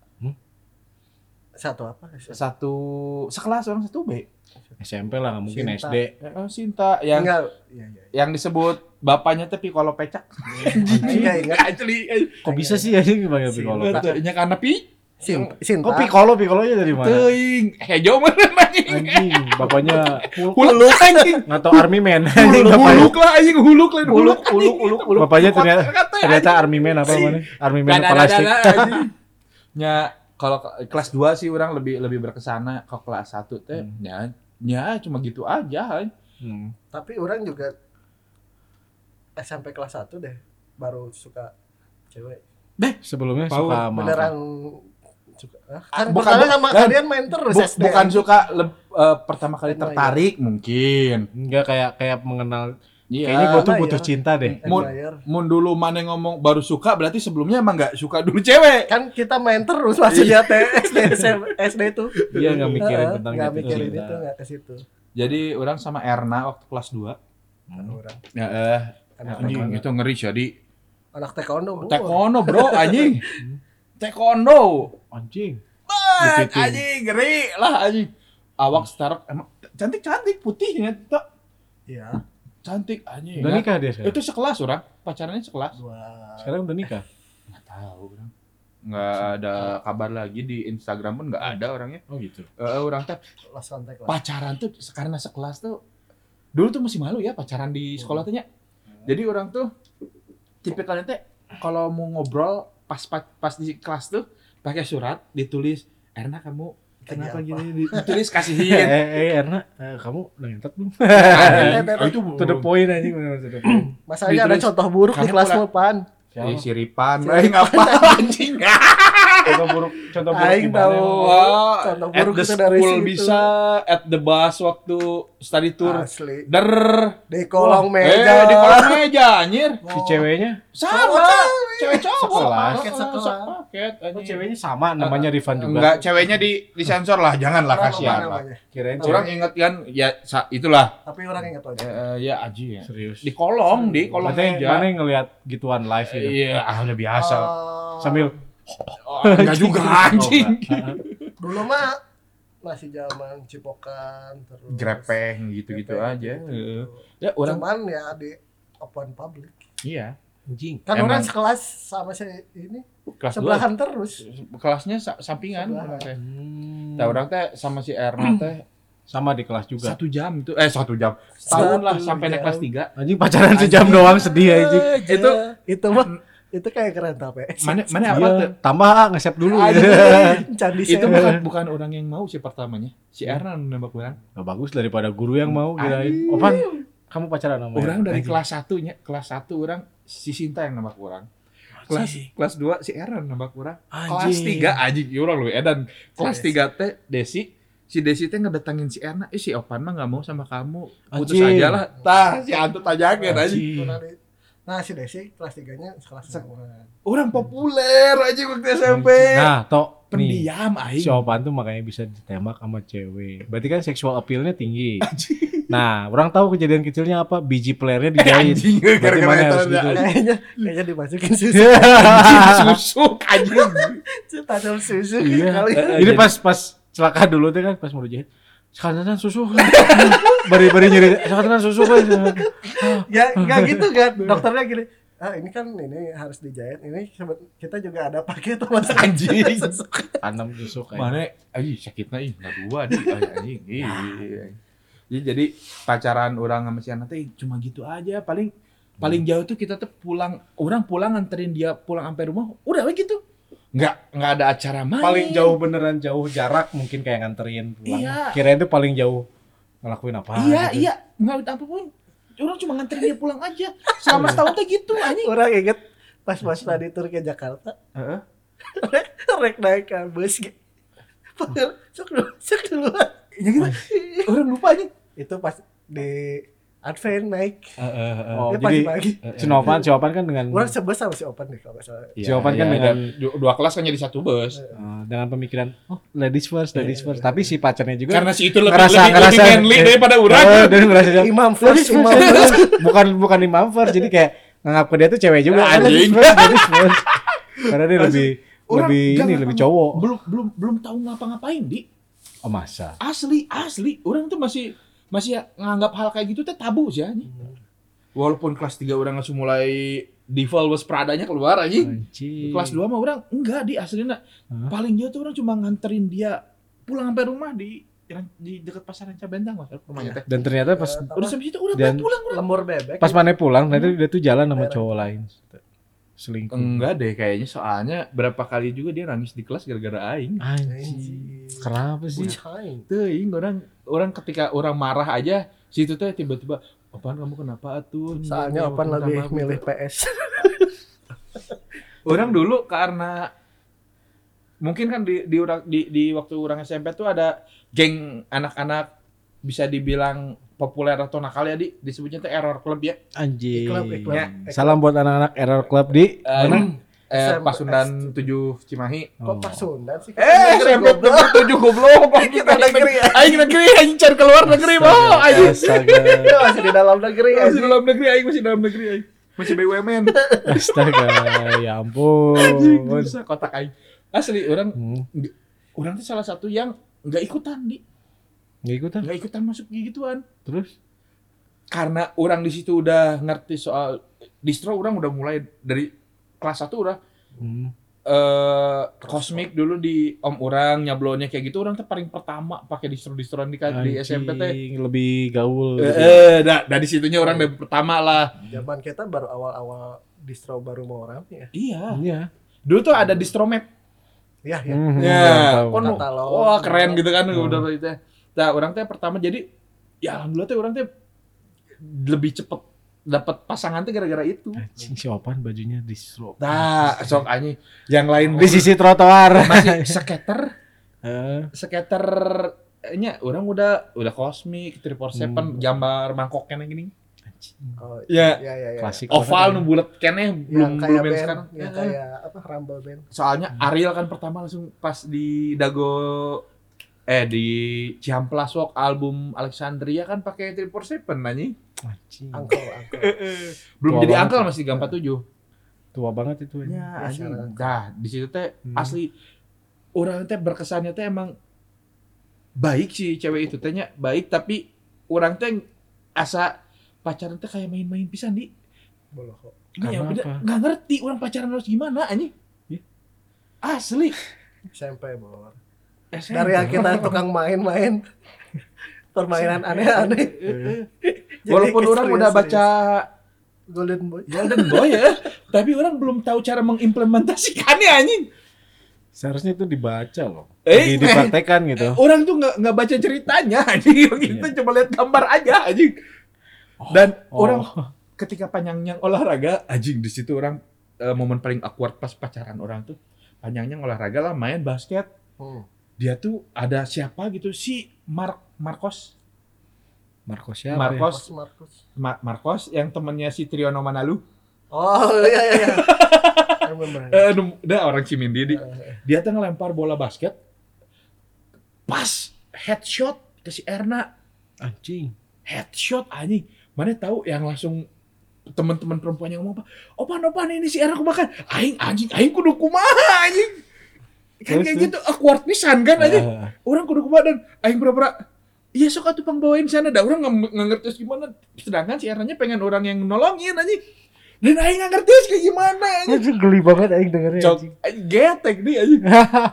[SPEAKER 1] Satu apa?
[SPEAKER 2] Satu sekelas orang satu B.
[SPEAKER 3] S M P lah, nggak mungkin
[SPEAKER 1] Sinta.
[SPEAKER 3] S D.
[SPEAKER 2] Eh, Sinta yang
[SPEAKER 1] Enggak. Iya, iya.
[SPEAKER 2] yang disebut bapaknya tapi kalau pecak.
[SPEAKER 1] Enggak ingat.
[SPEAKER 2] Asli.
[SPEAKER 3] Kok bisa sih anjing panggil
[SPEAKER 1] Si-
[SPEAKER 3] Piccolo?
[SPEAKER 1] Sinta.
[SPEAKER 2] Nya karena pi
[SPEAKER 1] Sin- Sinta.
[SPEAKER 3] Kok Piccolo? Piccolo-nya dari mana?
[SPEAKER 2] teuing hejo mah anjing.
[SPEAKER 3] Anjing, bapaknya
[SPEAKER 2] Huluk anjing.
[SPEAKER 3] nggak tahu Army Man. Anjing,
[SPEAKER 2] Huluk,
[SPEAKER 3] bapaknya.
[SPEAKER 2] huluk lah anjing huluk lah
[SPEAKER 1] Uluk, uluk, uluk, uluk.
[SPEAKER 3] Bapaknya ternyata
[SPEAKER 2] Kata,
[SPEAKER 3] ternyata Army Man apa mana? Army Man
[SPEAKER 2] Ada, ada,
[SPEAKER 3] plastik.
[SPEAKER 2] ada, anjing. Nya kalau ke- kelas dua sih orang lebih lebih berkesana ke kelas satu teh
[SPEAKER 3] Hmm.
[SPEAKER 2] nya nya cuma gitu aja.
[SPEAKER 3] Hmm.
[SPEAKER 1] Tapi orang juga S M P kelas satu deh baru suka cewek.
[SPEAKER 3] Sebelumnya
[SPEAKER 2] Paul,
[SPEAKER 3] suka sama
[SPEAKER 1] Beneran
[SPEAKER 3] apa?
[SPEAKER 1] suka. Ah,
[SPEAKER 2] Ah,
[SPEAKER 1] Kan
[SPEAKER 2] bukan-
[SPEAKER 1] bukan sama
[SPEAKER 2] bukan-
[SPEAKER 1] kalian main terus
[SPEAKER 2] Bu-
[SPEAKER 1] S D.
[SPEAKER 2] bukan suka leb- eh, pertama kali
[SPEAKER 1] Admire.
[SPEAKER 2] tertarik mungkin.
[SPEAKER 3] Enggak kayak kayak mengenal.
[SPEAKER 2] Iya.
[SPEAKER 3] Kayaknya gue tuh
[SPEAKER 1] Admire.
[SPEAKER 3] butuh cinta deh.
[SPEAKER 2] Mun,
[SPEAKER 1] Admire.
[SPEAKER 2] mun dulu mana ngomong baru suka berarti sebelumnya emang nggak suka dulu cewek.
[SPEAKER 1] Kan kita main terus maksudnya teh S D S D tuh.
[SPEAKER 3] Iya nggak mikirin
[SPEAKER 1] Heeh,
[SPEAKER 3] tentang
[SPEAKER 1] nggak
[SPEAKER 3] jatuh
[SPEAKER 1] mikirin
[SPEAKER 3] cinta.
[SPEAKER 1] itu, nggak ke situ.
[SPEAKER 2] Jadi orang sama Erna waktu kelas dua.
[SPEAKER 3] Hmm.
[SPEAKER 1] Orang
[SPEAKER 2] Ya eh
[SPEAKER 1] anak
[SPEAKER 2] anjing
[SPEAKER 1] taekwondo.
[SPEAKER 2] itu ngeri jadi
[SPEAKER 1] Anak taekwondo. Bu.
[SPEAKER 2] taekwondo bro anjing. Taekwondo.
[SPEAKER 3] Anjing.
[SPEAKER 2] Bat,
[SPEAKER 3] Dipiting.
[SPEAKER 2] anjing ngeri lah anjing. Awak startup emang cantik-cantik putihnya tuh.
[SPEAKER 1] Iya.
[SPEAKER 2] Cantik anjing.
[SPEAKER 3] Udah nikah dia sekarang.
[SPEAKER 2] Itu sekelas orang, pacarannya sekelas.
[SPEAKER 1] Dua.
[SPEAKER 3] Sekarang udah nikah.
[SPEAKER 2] Nggak tahu orang. Nggak ada kabar lagi di Instagram pun nggak ada orangnya.
[SPEAKER 3] Oh gitu.
[SPEAKER 2] Eh orang teh
[SPEAKER 1] Lost contact lah.
[SPEAKER 2] pacaran tuh karena sekelas tuh dulu tuh masih malu ya pacaran di sekolah tuhnya. Jadi orang tuh tipikalnya teh kalau mau ngobrol pas pas, pas di kelas tuh pakai surat ditulis Erna kamu kenapa
[SPEAKER 1] Lagi
[SPEAKER 2] gini ditulis
[SPEAKER 3] Eh,
[SPEAKER 2] kasihin.
[SPEAKER 3] eh, Erna, eh, kamu udah ngentot belum?
[SPEAKER 2] Oh, itu
[SPEAKER 3] To the point anjing benar to the point.
[SPEAKER 1] Masalahnya ada
[SPEAKER 2] Ditulis,
[SPEAKER 1] contoh buruk di
[SPEAKER 2] kamu
[SPEAKER 1] kelas
[SPEAKER 2] pula-
[SPEAKER 1] Pan.
[SPEAKER 2] Eh, siripan,
[SPEAKER 1] Si
[SPEAKER 2] eh ngapa anjing?
[SPEAKER 3] Contoh buruk, contoh buruk
[SPEAKER 1] Aing
[SPEAKER 3] gimana
[SPEAKER 1] tahu.
[SPEAKER 3] emang?
[SPEAKER 2] Wah,
[SPEAKER 1] Contoh
[SPEAKER 2] at
[SPEAKER 1] buruk
[SPEAKER 2] the
[SPEAKER 1] itu dari
[SPEAKER 2] school
[SPEAKER 1] situ.
[SPEAKER 2] bisa, at the bus waktu study tour.
[SPEAKER 1] Asli.
[SPEAKER 2] Der.
[SPEAKER 1] Di kolong
[SPEAKER 2] Eh,
[SPEAKER 1] meja.
[SPEAKER 2] di kolong meja anjir.
[SPEAKER 3] Si ceweknya,
[SPEAKER 2] Sama, cewek cowok.
[SPEAKER 3] Sekelas.
[SPEAKER 1] Paket sekelas.
[SPEAKER 2] Paket
[SPEAKER 3] oh,
[SPEAKER 2] anjing.
[SPEAKER 3] ceweknya sama namanya Rifan juga.
[SPEAKER 2] Enggak, ceweknya di disensor lah, janganlah
[SPEAKER 1] Orang
[SPEAKER 2] kasihan
[SPEAKER 1] lupa
[SPEAKER 2] lah.
[SPEAKER 1] namanya.
[SPEAKER 3] Kirain
[SPEAKER 2] Orang
[SPEAKER 3] cewek.
[SPEAKER 2] inget kan, ya sa- itulah.
[SPEAKER 1] Tapi orang ingat aja.
[SPEAKER 2] Eh, ya aji ya.
[SPEAKER 3] Serius.
[SPEAKER 2] Di kolong, di kolong
[SPEAKER 3] Berarti
[SPEAKER 2] meja.
[SPEAKER 3] mana yang ngelihat gituan live gitu?
[SPEAKER 2] Iya, ah, udah biasa.
[SPEAKER 1] Oh,
[SPEAKER 3] Sambil
[SPEAKER 2] Oh, enggak juga anjing.
[SPEAKER 3] Oh,
[SPEAKER 1] dulu mah masih zaman cipokan terus
[SPEAKER 2] Grepeng gitu-gitu
[SPEAKER 1] grepeng
[SPEAKER 2] aja.
[SPEAKER 1] gitu-gitu.
[SPEAKER 2] Ya, orang
[SPEAKER 1] Cuman ya di open public.
[SPEAKER 2] iya.
[SPEAKER 3] anjing.
[SPEAKER 1] Kan
[SPEAKER 2] Emang.
[SPEAKER 1] orang sekelas sama saya ini
[SPEAKER 2] Kelas dua
[SPEAKER 1] sebelahan terus.
[SPEAKER 2] kelasnya sa- sampingan
[SPEAKER 1] Sebelahan.
[SPEAKER 2] orang teh.
[SPEAKER 3] Hmm.
[SPEAKER 2] Nah, orang teh sama si Erna teh
[SPEAKER 3] Sama di kelas juga.
[SPEAKER 2] satu jam itu eh satu jam setahun lah
[SPEAKER 1] Satu
[SPEAKER 2] sampai naik
[SPEAKER 1] jam.
[SPEAKER 2] kelas tiga.
[SPEAKER 3] Anjing pacaran sejam doang sedih anjing.
[SPEAKER 1] Itu itu mah itu kayak kereta P S.
[SPEAKER 2] Mana mana apa
[SPEAKER 3] Iya,
[SPEAKER 2] tuh?
[SPEAKER 3] tambah ah, nge-save dulu.
[SPEAKER 1] Candi
[SPEAKER 2] Itu
[SPEAKER 1] sewa.
[SPEAKER 2] bukan bukan orang yang mau si pertamanya. Si Erna nembak orang.
[SPEAKER 3] Gak bagus daripada guru yang mau kirain. Opan, kamu pacaran sama
[SPEAKER 2] Orang dari
[SPEAKER 3] Anjing.
[SPEAKER 2] kelas satunya, kelas satu orang si Sinta yang nembak orang. Kelas
[SPEAKER 3] Anjing.
[SPEAKER 2] kelas dua si Erna nembak orang. Kelas
[SPEAKER 3] Anjing.
[SPEAKER 2] tiga anjing, ya orang lu edan. Kelas
[SPEAKER 1] Yes.
[SPEAKER 2] tiga teh Desi si Desi teh ngedatangin si Erna, eh si Opan mah gak mau sama kamu, putus
[SPEAKER 3] Anjing.
[SPEAKER 2] aja lah. Tah, si Anto tanyakan anjing.
[SPEAKER 3] Anjing.
[SPEAKER 1] Nah si Desi kelas tiganya sekelas sama.
[SPEAKER 2] Orang populer aja waktu S M P.
[SPEAKER 3] Nah, tok nih.
[SPEAKER 2] Pendiam aing.
[SPEAKER 3] Si Opan tuh makanya bisa ditembak sama cewek. Berarti kan seksual appeal-nya tinggi. Nah, orang tahu kejadian kecilnya apa? Biji playernya dijahit.
[SPEAKER 2] Anjing
[SPEAKER 3] Berarti
[SPEAKER 2] gara-gara
[SPEAKER 3] mana harus
[SPEAKER 2] itu
[SPEAKER 3] gitu?
[SPEAKER 1] Kayaknya kayaknya dimasukin susu.
[SPEAKER 2] susuk anjing.
[SPEAKER 1] Tajam susu
[SPEAKER 3] Iya.
[SPEAKER 1] kali.
[SPEAKER 3] Ini pas pas celaka dulu tuh kan pas mau dijahit. Sekarang susu. Bari-bari nyeri. Sekarang susu kan.
[SPEAKER 1] Ya enggak gitu kan. Dokternya gini. Ah ini kan ini harus dijahit. Ini sebe- kita juga ada pakai tuh mas
[SPEAKER 2] Anjing.
[SPEAKER 3] Tanam susu kayak.
[SPEAKER 2] Mana anjing sakitnya ih enggak dua nih anjing. Iya. Jadi, jadi pacaran orang sama si Ana teh cuma gitu aja paling paling jauh tuh kita tuh pulang orang pulang nganterin dia pulang sampai rumah udah we gitu. Enggak enggak ada acara main.
[SPEAKER 3] Paling jauh beneran jauh jarak mungkin kayak nganterin pulang.
[SPEAKER 2] Iya.
[SPEAKER 3] Kirain itu paling jauh ngelakuin apa?
[SPEAKER 2] Iya,
[SPEAKER 3] gitu.
[SPEAKER 2] iya, enggak apapun. Orang cuma nganterin dia pulang aja. Selama setahun teh gitu anjing.
[SPEAKER 1] Orang inget pas pas tadi tur ke Jakarta.
[SPEAKER 2] Heeh.
[SPEAKER 1] Rek rek naik ke bus gitu. Padahal sok dulu, sok duluan.
[SPEAKER 2] Ya gitu. Orang lupa anjing.
[SPEAKER 1] Itu pas di Advent naik.
[SPEAKER 3] Oh,
[SPEAKER 1] Dia
[SPEAKER 3] jadi
[SPEAKER 1] pagi-pagi.
[SPEAKER 3] si Novan, si Opan kan dengan
[SPEAKER 1] Orang sebes sama si Open deh kalau nggak salah.
[SPEAKER 3] Si Opan kan
[SPEAKER 2] Iya,
[SPEAKER 3] dengan-
[SPEAKER 2] ada du- dua kelas kan jadi satu bus.
[SPEAKER 3] eh, dengan pemikiran oh ladies first, ladies first. Tapi si pacarnya juga
[SPEAKER 2] Karena si itu lebih
[SPEAKER 3] ngerasa-
[SPEAKER 2] lebih,
[SPEAKER 3] ngerasa-
[SPEAKER 2] lebih manly
[SPEAKER 3] eh,
[SPEAKER 2] daripada orang.
[SPEAKER 3] eh, dan ngerasa dia,
[SPEAKER 1] Imam
[SPEAKER 3] ladies
[SPEAKER 1] first, imam
[SPEAKER 3] first,
[SPEAKER 1] first.
[SPEAKER 3] bukan bukan imam first, jadi kayak nganggap ke dia tuh cewek juga.
[SPEAKER 2] Anjing.
[SPEAKER 3] Ladies first, ladies first. Karena dia lebih
[SPEAKER 2] Orang
[SPEAKER 3] lebih
[SPEAKER 2] nggak
[SPEAKER 3] ini
[SPEAKER 2] ngapa-
[SPEAKER 3] lebih cowok.
[SPEAKER 2] Belum belum belum tahu ngapa-ngapain di.
[SPEAKER 3] Oh masa.
[SPEAKER 2] Asli asli. Orang tuh masih masih nganggap hal kayak gitu teh tabu sih anjing. Walaupun kelas tiga orang langsung mulai Dival was Prada-nya keluar anjing.
[SPEAKER 3] Anjing.
[SPEAKER 2] Kelas dua mah orang enggak di aslinya.
[SPEAKER 3] Hah?
[SPEAKER 2] Paling jauh tuh orang cuma nganterin dia pulang sampai rumah di di dekat pasar Ranca Bentang mas rumahnya teh.
[SPEAKER 3] Dan ternyata pas
[SPEAKER 1] Eh,
[SPEAKER 2] Udah sampai situ udah
[SPEAKER 3] Dan-
[SPEAKER 2] pulang orang.
[SPEAKER 1] Lembur bebek.
[SPEAKER 3] pas mana pulang, nanti dia tuh jalan sama
[SPEAKER 1] Daerah.
[SPEAKER 3] cowok lain. Selingkuh.
[SPEAKER 2] Enggak deh kayaknya soalnya berapa kali juga dia nangis di kelas gara-gara aing.
[SPEAKER 3] Anjing. Kenapa sih?
[SPEAKER 1] Bucain.
[SPEAKER 2] Tuh, aing orang orang ketika orang marah aja situ teh tiba-tiba Opan kamu kenapa atuh?
[SPEAKER 1] Soalnya
[SPEAKER 2] Ini,
[SPEAKER 1] Opan
[SPEAKER 2] minta
[SPEAKER 1] lebih
[SPEAKER 2] maaf."
[SPEAKER 1] milih P S.
[SPEAKER 2] Orang dulu karena mungkin kan di di orang di, di waktu orang S M P tuh ada geng anak-anak bisa dibilang populer atau nakal ya di disebutnya tuh error club ya.
[SPEAKER 3] Anjing.
[SPEAKER 1] Iklan, iklan.
[SPEAKER 2] Ya.
[SPEAKER 3] Salam buat anak-anak Error Club di
[SPEAKER 2] Eh,
[SPEAKER 3] mana?
[SPEAKER 2] eh
[SPEAKER 1] S M P
[SPEAKER 2] Pasundan tujuh Cimahi.
[SPEAKER 1] Kok
[SPEAKER 3] Oh.
[SPEAKER 1] Pasundan sih?
[SPEAKER 2] Eh, S M P tujuh goblok.
[SPEAKER 1] Kita negeri ya.
[SPEAKER 2] Aing negeri, aing cari keluar negeri mau. Aing
[SPEAKER 3] Astaga.
[SPEAKER 1] Dia masih di dalam negeri ya.
[SPEAKER 2] masih dalam negeri, aing masih dalam negeri aing. Masih B U M N.
[SPEAKER 3] Astaga. Ya ampun.
[SPEAKER 2] Anjing, bisa kotak aing. Asli orang
[SPEAKER 3] Hmm.
[SPEAKER 2] orang tuh salah satu yang nggak ikutan di
[SPEAKER 3] Nggak ikutan.
[SPEAKER 2] nggak ikutan masuk gituan.
[SPEAKER 3] Terus?
[SPEAKER 2] karena orang di situ udah ngerti soal distro, orang udah mulai dari kelas satu udah
[SPEAKER 3] Hmm.
[SPEAKER 2] eh kosmik dulu di om orang nyablonnya kayak gitu, orang tuh paling pertama pakai distro-distroan di, di S M P teh.
[SPEAKER 3] Anjing, lebih gaul.
[SPEAKER 2] Eh,
[SPEAKER 3] gitu.
[SPEAKER 2] eh, dah dari situnya orang dari pertama lah.
[SPEAKER 1] Zaman kita baru awal-awal distro baru mau rame ya.
[SPEAKER 2] Iya.
[SPEAKER 3] Iya.
[SPEAKER 2] Dulu tuh ada distro map.
[SPEAKER 1] Iya, ya.
[SPEAKER 3] Hmm,
[SPEAKER 2] Ya,
[SPEAKER 3] tahu.
[SPEAKER 2] kon
[SPEAKER 1] Katalog.
[SPEAKER 2] wah keren gitu kan
[SPEAKER 3] Hmm.
[SPEAKER 2] udah itu. Nah, orang teh pertama jadi ya alhamdulillah teh orang teh lebih cepet dapat pasangan teh gara-gara itu.
[SPEAKER 3] Anjing, si Opan bajunya distro.
[SPEAKER 2] Nah, sok anjing. Yang lain
[SPEAKER 3] Di sisi trotoar.
[SPEAKER 2] masih skater,
[SPEAKER 3] Eh,
[SPEAKER 2] skaternya orang udah udah kosmik, tiga empat tujuh
[SPEAKER 3] Hmm.
[SPEAKER 2] gambar mangkok kene gini.
[SPEAKER 3] anjing.
[SPEAKER 1] Oh,
[SPEAKER 2] Ya,
[SPEAKER 1] iya, iya, iya.
[SPEAKER 3] Klasik.
[SPEAKER 2] oval
[SPEAKER 3] banget,
[SPEAKER 2] nu bulat kene
[SPEAKER 1] Yang
[SPEAKER 2] belum
[SPEAKER 1] kayak
[SPEAKER 2] belum yang
[SPEAKER 1] band,
[SPEAKER 2] sekarang.
[SPEAKER 1] yang
[SPEAKER 2] Eh,
[SPEAKER 1] kayak apa Rumble Band.
[SPEAKER 2] Soalnya Ariel kan pertama langsung pas di Dago eh di Ciamplas Walk album Alexandria kan pakai tiga empat tujuh anjing.
[SPEAKER 3] Anjing.
[SPEAKER 1] Angkel, angkel.
[SPEAKER 2] Belum
[SPEAKER 3] Tua
[SPEAKER 2] jadi
[SPEAKER 3] banget
[SPEAKER 2] angkel
[SPEAKER 3] tuh.
[SPEAKER 2] masih tiga empat tujuh.
[SPEAKER 3] Tua banget itu. anjing.
[SPEAKER 2] Ya,
[SPEAKER 1] Ya,
[SPEAKER 2] anjing.
[SPEAKER 1] sekarang.
[SPEAKER 2] Dah, di situ teh
[SPEAKER 3] Hmm.
[SPEAKER 2] asli orang teh berkesannya teh emang baik sih cewek itu tehnya baik, tapi orang teh asa pacaran teh kayak main-main pisan di.
[SPEAKER 1] Boleh kok.
[SPEAKER 2] Ini ya
[SPEAKER 3] Karena
[SPEAKER 2] beda,
[SPEAKER 3] apa?
[SPEAKER 2] nggak ngerti orang pacaran harus gimana anjing.
[SPEAKER 3] Ya.
[SPEAKER 2] Asli.
[SPEAKER 1] S M P boleh.
[SPEAKER 2] S M P.
[SPEAKER 1] Dari yang kita tukang main-main permainan aneh-aneh. Jadi
[SPEAKER 2] Walaupun orang
[SPEAKER 1] serius,
[SPEAKER 2] udah
[SPEAKER 1] serius.
[SPEAKER 2] baca
[SPEAKER 1] Golden Boy.
[SPEAKER 2] Golden Boy ya, tapi orang belum tahu cara mengimplementasikannya anjing.
[SPEAKER 3] Seharusnya itu dibaca loh.
[SPEAKER 2] Eh,
[SPEAKER 3] Di, dipraktekan gitu.
[SPEAKER 2] Orang tuh nggak nggak baca ceritanya anjing, kita
[SPEAKER 3] Iya.
[SPEAKER 2] cuma lihat gambar aja anjing. Dan
[SPEAKER 3] Oh.
[SPEAKER 2] orang ketika panjangnya olahraga, anjing di situ orang eh, momen paling awkward pas pacaran orang tuh panjangnya olahraga lah main basket.
[SPEAKER 1] Hmm.
[SPEAKER 2] Dia tuh ada siapa gitu si Mark Marcos
[SPEAKER 3] Marcos siapa?
[SPEAKER 2] Marcos
[SPEAKER 1] Marcos, Marcos.
[SPEAKER 2] Ma- Marcos yang temannya si Triono Manalu.
[SPEAKER 1] Oh iya iya iya. I remember.
[SPEAKER 2] Eh, num- dia orang Cimindi. Di,
[SPEAKER 1] Eh,
[SPEAKER 2] dia tuh ngelempar bola basket pas headshot ke si Erna.
[SPEAKER 3] Ya? Anjing.
[SPEAKER 2] Headshot anjing. Mana tahu yang langsung teman-teman perempuannya ngomong apa? Opan opan ini si Erna kumakan. Aing anjing aing kudu kumaha anjing. Kan
[SPEAKER 3] Terus,
[SPEAKER 2] kayak
[SPEAKER 3] terus?
[SPEAKER 2] gitu awkward pisan kan anjing.
[SPEAKER 3] Ah,
[SPEAKER 2] Orang kudu kumaha dan aing pura-pura iya sok atuh pang bawain sana. Dah orang nggak nggak ngerti gimana. Sedangkan si Ernanya pengen orang yang nolongin anjing. Dan aing nggak ngerti kayak gimana anjing.
[SPEAKER 3] Anjing geli banget aing dengernya.
[SPEAKER 2] Cok,
[SPEAKER 3] anjing.
[SPEAKER 2] anjing getek nih anjing.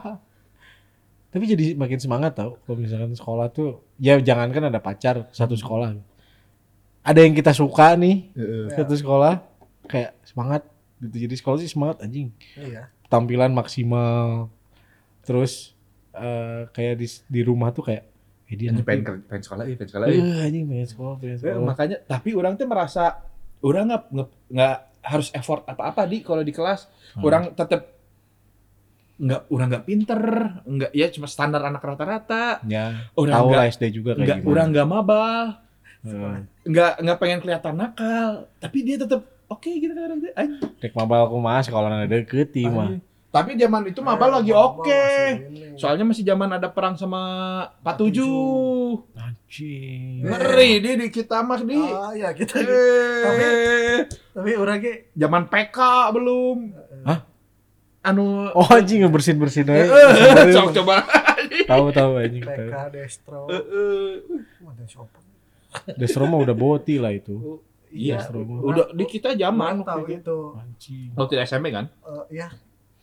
[SPEAKER 3] Tapi jadi makin semangat tau kalau misalkan sekolah tuh ya jangankan ada pacar satu sekolah. Ada yang kita suka nih satu sekolah kayak semangat gitu. Jadi sekolah sih semangat anjing.
[SPEAKER 1] Iya.
[SPEAKER 3] Tampilan maksimal. Terus eh, kayak di di rumah tuh kayak eh dia
[SPEAKER 2] Anjing
[SPEAKER 3] nanti-
[SPEAKER 2] pengen ker- pengen sekolah, iya pengen sekolah. iya.
[SPEAKER 3] Eh, anjing pengen sekolah, pengen
[SPEAKER 2] Ya,
[SPEAKER 3] sekolah.
[SPEAKER 2] makanya tapi orang tuh merasa orang nggak nggak nggak harus effort apa-apa di kalau di kelas.
[SPEAKER 3] Hmm.
[SPEAKER 2] Orang tetap nggak orang nggak pinter, nggak ya cuma standar anak rata-rata.
[SPEAKER 3] Ya,
[SPEAKER 2] Orang
[SPEAKER 3] tahu
[SPEAKER 2] nggak
[SPEAKER 3] lah S D juga kayak
[SPEAKER 2] nggak
[SPEAKER 3] gimana.
[SPEAKER 2] orang nggak mabal,
[SPEAKER 3] Eh,
[SPEAKER 2] nggak nggak pengen kelihatan nakal, tapi dia tetap oke gitu kan orang teh. Anjing.
[SPEAKER 3] Rek mabal aku mah sekolah ada deket ieu mah.
[SPEAKER 2] Anjing. Tapi zaman itu mabal
[SPEAKER 1] Eh,
[SPEAKER 2] lagi
[SPEAKER 1] mabal
[SPEAKER 2] oke.
[SPEAKER 1] masih ini.
[SPEAKER 2] Soalnya masih zaman ada perang sama empat tujuh.
[SPEAKER 3] Anjing.
[SPEAKER 2] Ngeri dia di kita mah di.
[SPEAKER 1] Ah ya kita
[SPEAKER 2] Eh,
[SPEAKER 1] tapi orangnya
[SPEAKER 2] zaman P K belum.
[SPEAKER 3] Hah?
[SPEAKER 2] Anu
[SPEAKER 3] Oh anjing ngebersin-bersin
[SPEAKER 2] eh,
[SPEAKER 3] aja.
[SPEAKER 2] eh, sok coba.
[SPEAKER 3] Tahu tahu anjing
[SPEAKER 1] P
[SPEAKER 3] tahu.
[SPEAKER 1] K Destro.
[SPEAKER 2] Eh, eh.
[SPEAKER 1] Ada siapa?
[SPEAKER 3] Destro mah udah boti lah itu.
[SPEAKER 2] Iya,
[SPEAKER 3] Destro mah.
[SPEAKER 2] udah di kita zaman
[SPEAKER 1] tahu
[SPEAKER 2] waktu itu.
[SPEAKER 1] itu.
[SPEAKER 3] Anjing.
[SPEAKER 2] Waktu di S M P kan?
[SPEAKER 1] Eh ya.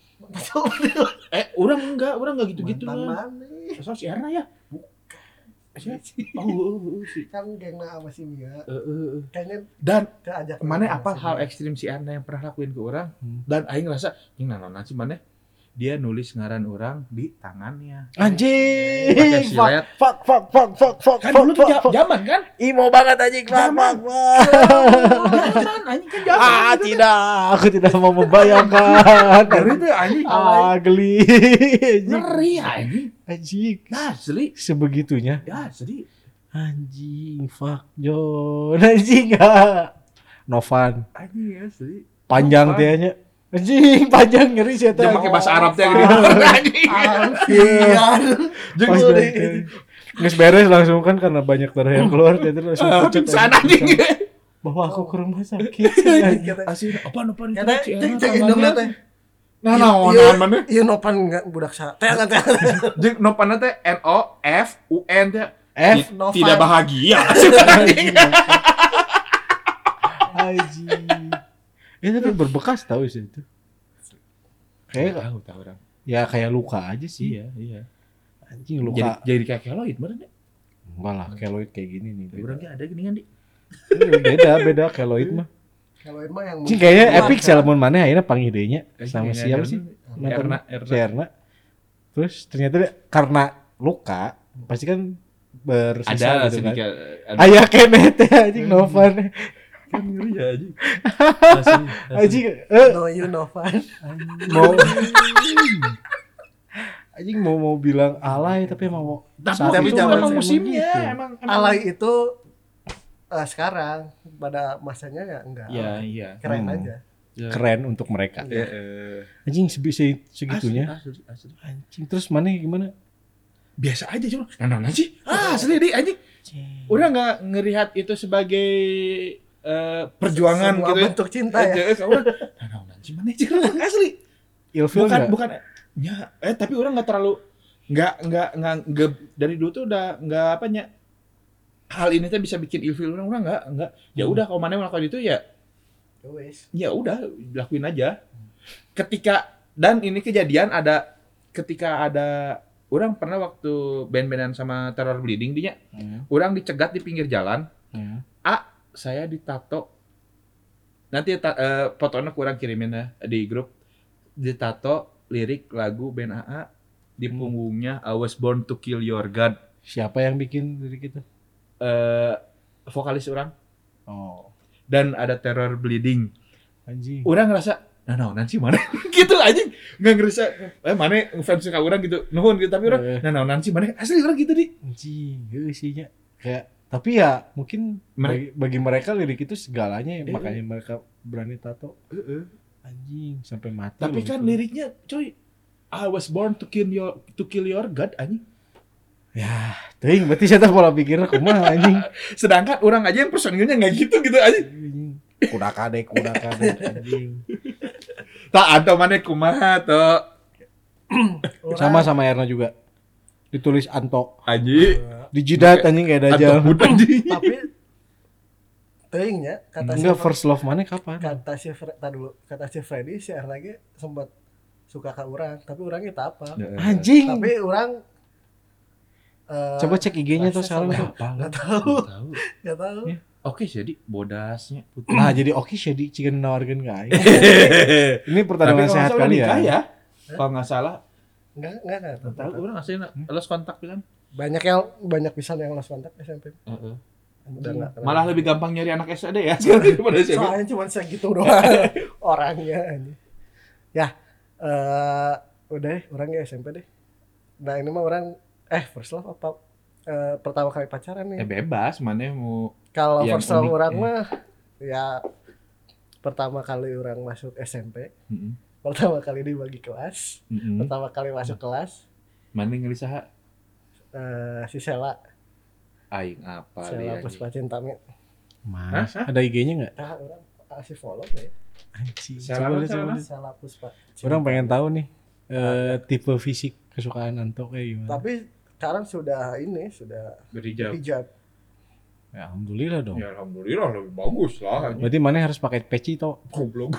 [SPEAKER 2] Eh, orang enggak, orang enggak gitu-gitu
[SPEAKER 1] Mantan
[SPEAKER 2] lah.
[SPEAKER 1] mana?
[SPEAKER 2] Masa si Erna ya? Siapa? Oh, oh, oh, si.
[SPEAKER 1] Kan gengna sama si Mia.
[SPEAKER 2] Eh, eh, eh.
[SPEAKER 1] Kayaknya
[SPEAKER 2] Dan
[SPEAKER 1] kita ajak
[SPEAKER 2] mana
[SPEAKER 1] sama
[SPEAKER 2] apa
[SPEAKER 1] si
[SPEAKER 2] hal
[SPEAKER 1] Mia.
[SPEAKER 2] ekstrim si Erna yang pernah lakuin ke orang?
[SPEAKER 3] Hmm.
[SPEAKER 2] Dan aing ngerasa, ini nananan sih mana? Dia nulis ngaran orang di tangannya.
[SPEAKER 3] Anjing.
[SPEAKER 2] Pakai silet.
[SPEAKER 3] Fuck fuck fuck fuck fuck.
[SPEAKER 2] Kan
[SPEAKER 3] fuck,
[SPEAKER 2] dulu tuh
[SPEAKER 3] fuck,
[SPEAKER 2] ja-
[SPEAKER 3] fuck.
[SPEAKER 2] zaman kan?
[SPEAKER 3] Imo banget anjing. Fuck
[SPEAKER 2] Zaman.
[SPEAKER 3] fuck fuck.
[SPEAKER 2] Zaman, anjing kan zaman.
[SPEAKER 3] Ah
[SPEAKER 2] gitu.
[SPEAKER 3] tidak, aku tidak mau membayangkan.
[SPEAKER 2] Ngeri tuh anjing.
[SPEAKER 3] Ah geli. Anjing.
[SPEAKER 2] Ngeri anjing.
[SPEAKER 3] Anjing.
[SPEAKER 2] Asli.
[SPEAKER 3] Sebegitunya.
[SPEAKER 2] Ya, asli.
[SPEAKER 3] Anjing, fuck John. Anjing ah. Novan.
[SPEAKER 2] Anjing asli.
[SPEAKER 3] Panjang
[SPEAKER 2] Novan.
[SPEAKER 3] tianya. Anjing, panjang ngeri sih
[SPEAKER 2] Dia
[SPEAKER 3] eta.
[SPEAKER 2] pakai bahasa Arab teh
[SPEAKER 3] Oh,
[SPEAKER 2] gitu.
[SPEAKER 3] fuck.
[SPEAKER 2] Anjing.
[SPEAKER 1] Alfian.
[SPEAKER 2] Jeung
[SPEAKER 3] Pas
[SPEAKER 2] udah.
[SPEAKER 3] banget. Nges beres langsung kan karena banyak darah yang keluar jadi langsung
[SPEAKER 2] Ah,
[SPEAKER 3] pucet
[SPEAKER 2] pingsan
[SPEAKER 3] anjing.
[SPEAKER 2] anjing.
[SPEAKER 3] Bawa aku ke rumah sakit.
[SPEAKER 2] Asli, apaan apaan itu?
[SPEAKER 1] Kata
[SPEAKER 2] Si
[SPEAKER 1] cek
[SPEAKER 2] Erna
[SPEAKER 1] cek
[SPEAKER 2] tangannya.
[SPEAKER 1] indung teh.
[SPEAKER 2] Nah, nah,
[SPEAKER 1] Iya,
[SPEAKER 2] nah, mana?
[SPEAKER 1] Iya nopan enggak budak sa. Teh enggak teh.
[SPEAKER 2] Jeung nopanna teh N O F U N teh.
[SPEAKER 3] F,
[SPEAKER 2] Ti-
[SPEAKER 1] Novan.
[SPEAKER 2] Tidak bahagia.
[SPEAKER 3] Anjing, Anjing. Ya tapi berbekas tahu sih itu. Kayak
[SPEAKER 2] tahu tahu orang.
[SPEAKER 3] ya kayak luka aja sih.
[SPEAKER 2] Iya, iya.
[SPEAKER 3] Anjing
[SPEAKER 2] Jadi
[SPEAKER 3] luka.
[SPEAKER 2] jadi kayak keloid bener ya?
[SPEAKER 3] Enggak lah, keloid kayak gini nih. Beda.
[SPEAKER 2] Orang ada gini kan, Di.
[SPEAKER 3] beda, beda keloid mah.
[SPEAKER 1] Kalau itu mah yang
[SPEAKER 3] Cing kayaknya
[SPEAKER 1] keluar,
[SPEAKER 3] epic
[SPEAKER 1] kan?
[SPEAKER 3] sih lamun maneh akhirnya panggilnya sama
[SPEAKER 2] Kayaknya
[SPEAKER 3] siapa
[SPEAKER 2] Erna.
[SPEAKER 3] sih?
[SPEAKER 2] Erna,
[SPEAKER 3] Nonton
[SPEAKER 2] Erna.
[SPEAKER 3] si Erna. Terus ternyata dia, karena luka pasti kan bersisa
[SPEAKER 2] Ada
[SPEAKER 3] gitu kan.
[SPEAKER 2] sedikit. ada-
[SPEAKER 3] Ayah kene teh anjing Novan.
[SPEAKER 2] Kan ngeri ya anjing. Asli, asli.
[SPEAKER 3] Anjing eh
[SPEAKER 1] No you no fun.
[SPEAKER 3] mau anjing mau mau bilang alay tapi emang mau
[SPEAKER 2] Tapi
[SPEAKER 3] saat
[SPEAKER 1] tapi
[SPEAKER 2] itu
[SPEAKER 1] zaman
[SPEAKER 2] emang
[SPEAKER 1] zaman
[SPEAKER 2] musimnya,
[SPEAKER 3] gitu.
[SPEAKER 2] emang, emang.
[SPEAKER 1] Alay itu eh, sekarang pada masanya ya enggak.
[SPEAKER 2] Iya, iya.
[SPEAKER 1] Keren
[SPEAKER 3] Hmm.
[SPEAKER 1] aja.
[SPEAKER 3] keren untuk mereka.
[SPEAKER 2] Iya, eh.
[SPEAKER 3] Anjing sebisa segitunya.
[SPEAKER 2] Asli, asli, asli.
[SPEAKER 3] Anjing terus mana gimana?
[SPEAKER 2] Biasa aja cuma. Nah, nah, sih. Ah, asli di anjing. Udah nggak ngelihat itu sebagai eh, perjuangan
[SPEAKER 1] Sebuah
[SPEAKER 2] gitu ya.
[SPEAKER 1] bentuk cinta ya.
[SPEAKER 2] Eh, udah. Nah, nah, nah, sih mana sih asli.
[SPEAKER 3] Ilfil
[SPEAKER 2] Bukan
[SPEAKER 3] nggak?
[SPEAKER 2] bukan ya, eh tapi orang nggak terlalu nggak nggak nggak nggak- dari dulu tuh udah nggak apanya hal ini tuh bisa bikin ilfil orang orang nggak nggak ya
[SPEAKER 3] Hmm.
[SPEAKER 2] udah kalau mana melakukan itu ya
[SPEAKER 1] Wes.
[SPEAKER 2] ya udah lakuin aja ketika dan ini kejadian ada ketika ada orang pernah waktu band-bandan sama Terror Bleeding dinya
[SPEAKER 3] Hmm.
[SPEAKER 2] orang dicegat di pinggir jalan
[SPEAKER 3] Hmm.
[SPEAKER 2] saya ditato nanti ta, eh, fotonya kurang kirimin ya di grup ditato lirik lagu band A A di
[SPEAKER 3] Hmm.
[SPEAKER 2] punggungnya I was born to kill your god
[SPEAKER 3] Siapa yang bikin dari kita?
[SPEAKER 2] eh vokalis orang
[SPEAKER 3] Oh,
[SPEAKER 2] dan ada Terror Bleeding
[SPEAKER 3] anjing.
[SPEAKER 2] orang ngerasa nah nah nanti mana gitu aja nggak ngerasa eh mana fans suka orang gitu nuhun gitu tapi orang
[SPEAKER 3] Eh.
[SPEAKER 2] nah nah nanti mana asli orang gitu di
[SPEAKER 3] Anjing, gak isinya. Kayak tapi ya mungkin bagi,
[SPEAKER 2] Mere-
[SPEAKER 3] bagi mereka lirik itu segalanya ya,
[SPEAKER 2] Eh.
[SPEAKER 3] makanya mereka berani tato. Anjing sampai mati.
[SPEAKER 2] tapi
[SPEAKER 3] loh
[SPEAKER 2] kan
[SPEAKER 3] itu.
[SPEAKER 2] liriknya coy I was born to kill your to kill your god anjing
[SPEAKER 3] Ya, teuing berarti saya pola pikirnya kumaha anjing.
[SPEAKER 2] sedangkan orang aja yang personilnya nggak gitu gitu aja
[SPEAKER 3] Anjing. Kuda kadek, kuda kadek anjing.
[SPEAKER 2] tak ada mana kumaha tuh
[SPEAKER 1] Orang-
[SPEAKER 3] Sama sama Erna juga. Ditulis Anto.
[SPEAKER 2] anjing
[SPEAKER 3] Di jidat anjing kayak dajal.
[SPEAKER 2] atau anjing
[SPEAKER 1] Tapi teuingnya kata si
[SPEAKER 3] Enggak first love mana kapan?
[SPEAKER 1] kata si Fre- tar dulu kata si Freddy si R lagi sempat suka ke orang tapi orangnya tak apa.
[SPEAKER 3] Anjing.
[SPEAKER 1] Tapi orang eh,
[SPEAKER 3] Coba cek I G-nya tuh
[SPEAKER 1] rasa
[SPEAKER 3] sekarang
[SPEAKER 1] sama-
[SPEAKER 3] tuh.
[SPEAKER 2] apa
[SPEAKER 1] Nggak tahu.
[SPEAKER 2] tahu
[SPEAKER 1] Nggak tahu.
[SPEAKER 3] Ya.
[SPEAKER 2] oke jadi bodasnya putih
[SPEAKER 3] Nah, jadi oke sih di cikan nawarkan ke aing. Ini pertandingan sehat kali ya.
[SPEAKER 2] ya kalau nggak salah
[SPEAKER 1] Enggak, enggak, enggak.
[SPEAKER 2] nggak tahu
[SPEAKER 1] tahu.
[SPEAKER 2] orang asli los kontak kan
[SPEAKER 1] Banyak yang banyak pisan yang lost kontak S M P. Udah enggak.
[SPEAKER 2] malah lebih gampang nyari anak S D ya sekarang daripada S M P.
[SPEAKER 1] Soalnya cuma segitu doang orangnya ini. Ya, eh udah deh, orangnya S M P deh. Nah, ini mah orang eh first love apa eh, pertama kali pacaran
[SPEAKER 2] eh
[SPEAKER 1] nih.
[SPEAKER 2] bebas mana mau
[SPEAKER 1] Kalau
[SPEAKER 2] yang
[SPEAKER 1] first love
[SPEAKER 2] unik,
[SPEAKER 1] orang
[SPEAKER 2] ya.
[SPEAKER 1] mah ya pertama kali orang masuk S M P,
[SPEAKER 2] Mm-mm.
[SPEAKER 1] pertama kali dibagi kelas,
[SPEAKER 2] Mm-mm.
[SPEAKER 1] pertama kali masuk kelas
[SPEAKER 2] mana ngelisaha
[SPEAKER 1] eh si Sela,
[SPEAKER 2] aing apa
[SPEAKER 1] Sela
[SPEAKER 2] dia
[SPEAKER 1] Puspa Cintamit.
[SPEAKER 3] Mas,
[SPEAKER 2] Hah?
[SPEAKER 3] ada I G-nya enggak?
[SPEAKER 1] Nah, orang kasih follow ya.
[SPEAKER 3] Anjing.
[SPEAKER 2] Salah,
[SPEAKER 3] Coba deh,
[SPEAKER 2] salah.
[SPEAKER 3] coba deh.
[SPEAKER 1] Sela Puspa.
[SPEAKER 3] Orang
[SPEAKER 1] Cintamit.
[SPEAKER 3] pengen tahu nih eh tipe fisik kesukaan Anto kayak gimana.
[SPEAKER 1] Tapi sekarang sudah ini sudah
[SPEAKER 2] berhijab
[SPEAKER 1] hijab.
[SPEAKER 3] Ya, alhamdulillah dong.
[SPEAKER 2] ya alhamdulillah lebih bagus lah anjing.
[SPEAKER 3] Berarti mana harus pakai peci toh?
[SPEAKER 2] goblok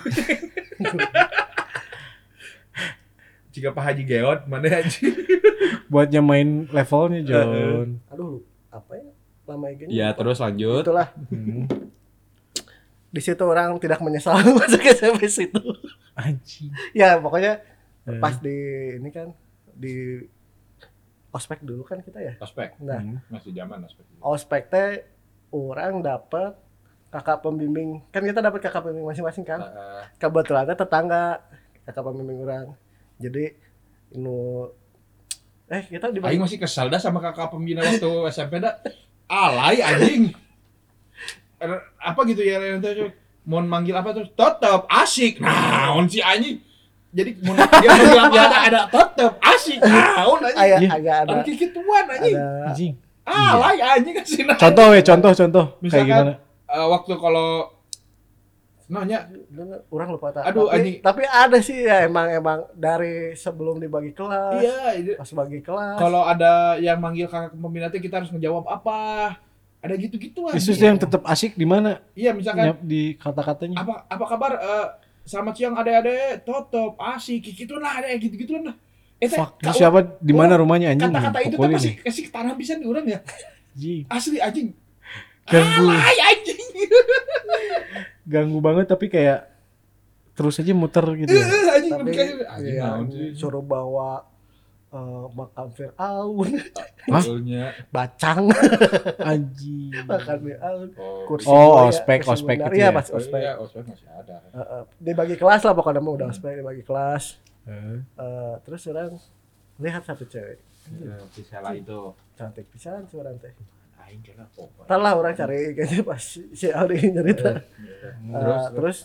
[SPEAKER 2] jika Pak Haji Geot mana anjing
[SPEAKER 3] Buat nyamain levelnya, John.
[SPEAKER 1] Aduh, apa ya? Lama gini.
[SPEAKER 2] ya terus lanjut
[SPEAKER 1] Itulah.
[SPEAKER 3] Hmm.
[SPEAKER 1] Di situ orang tidak menyesal masuk S M P situ.
[SPEAKER 3] Anjing.
[SPEAKER 1] Ya, pokoknya
[SPEAKER 3] Eh.
[SPEAKER 1] pas di ini kan di ospek dulu kan kita ya.
[SPEAKER 2] ospek
[SPEAKER 1] Nah,
[SPEAKER 3] Hmm.
[SPEAKER 2] masih zaman ospek
[SPEAKER 1] ospek teh orang dapat kakak pembimbing. Kan kita dapat kakak pembimbing masing-masing kan.
[SPEAKER 2] Uh,
[SPEAKER 1] Kebetulan teh tetangga kakak pembimbing orang. Jadi inu eh kita di
[SPEAKER 2] aing masih kesal dah sama kakak pembina waktu S M P dah alay anjing Er, apa gitu ya nanti mau manggil apa tuh tetep asik naon si anjing jadi mau dia manggil apa ada ada tetep asik naon anjing
[SPEAKER 1] agak
[SPEAKER 3] Iya.
[SPEAKER 1] agak ada
[SPEAKER 2] ada kikituan anjing
[SPEAKER 1] ada
[SPEAKER 3] Anjing.
[SPEAKER 2] alay anjing kasih
[SPEAKER 3] Contoh we, contoh, contoh. Kayak
[SPEAKER 2] Misalkan-
[SPEAKER 3] gimana?
[SPEAKER 2] Eh, waktu kalau nanya
[SPEAKER 1] Dengar, orang lupa tak.
[SPEAKER 2] Aduh,
[SPEAKER 1] tapi,
[SPEAKER 2] anjing.
[SPEAKER 1] tapi ada sih ya emang emang dari sebelum dibagi kelas,
[SPEAKER 2] iya ini-
[SPEAKER 1] pas bagi kelas.
[SPEAKER 2] kalau ada yang manggil kakak pembina teh kita harus ngejawab apa Ada gitu-gituan.
[SPEAKER 3] Isu yang tetap asik di mana?
[SPEAKER 2] Iya, misalkan
[SPEAKER 3] Nyap di kata-katanya.
[SPEAKER 2] apa apa kabar eh, selamat siang adek-adek, totop, asik, gitu lah, ada gitu-gituan lah. Eh, teh,
[SPEAKER 3] Fuck,
[SPEAKER 2] kau-
[SPEAKER 3] ini siapa di mana rumahnya anjing?
[SPEAKER 2] kata-kata itu tuh
[SPEAKER 3] Pukulin
[SPEAKER 2] pasti
[SPEAKER 3] nih.
[SPEAKER 2] kasih tanah bisa di orang ya.
[SPEAKER 3] Anjing.
[SPEAKER 2] Asli anjing.
[SPEAKER 3] Ganggu.
[SPEAKER 2] Alay anjing.
[SPEAKER 3] Ganggu banget tapi kayak terus aja muter gitu.
[SPEAKER 2] Eh,
[SPEAKER 3] ya.
[SPEAKER 2] eh, anjing
[SPEAKER 1] Tapi
[SPEAKER 2] lebih kayak anjing
[SPEAKER 1] ya,
[SPEAKER 2] naon sih.
[SPEAKER 1] suruh bawa eh, makam Fir'aun,
[SPEAKER 3] Hah?
[SPEAKER 2] Betulnya.
[SPEAKER 1] bacang,
[SPEAKER 3] Anjing.
[SPEAKER 1] makam Fir'aun,
[SPEAKER 2] Oh,
[SPEAKER 1] kursi
[SPEAKER 3] Oh,
[SPEAKER 1] buaya,
[SPEAKER 3] ospek,
[SPEAKER 1] kursi
[SPEAKER 3] ospek
[SPEAKER 1] bundar.
[SPEAKER 3] gitu
[SPEAKER 1] Iya,
[SPEAKER 3] ya?
[SPEAKER 1] pas
[SPEAKER 2] Oh,
[SPEAKER 1] ospek.
[SPEAKER 2] iya, ospek masih ada.
[SPEAKER 1] Eh, eh, dibagi kelas lah pokoknya mah udah ospek dibagi kelas.
[SPEAKER 3] Eh,
[SPEAKER 1] Eh, terus orang lihat satu cewek
[SPEAKER 2] Si Sela itu.
[SPEAKER 1] cantik pisan si orang teh.
[SPEAKER 2] Aing kira apa?
[SPEAKER 1] Ntar lah orang cari kayaknya pas si Aldi nyerita. Eh,
[SPEAKER 2] Terus
[SPEAKER 1] terus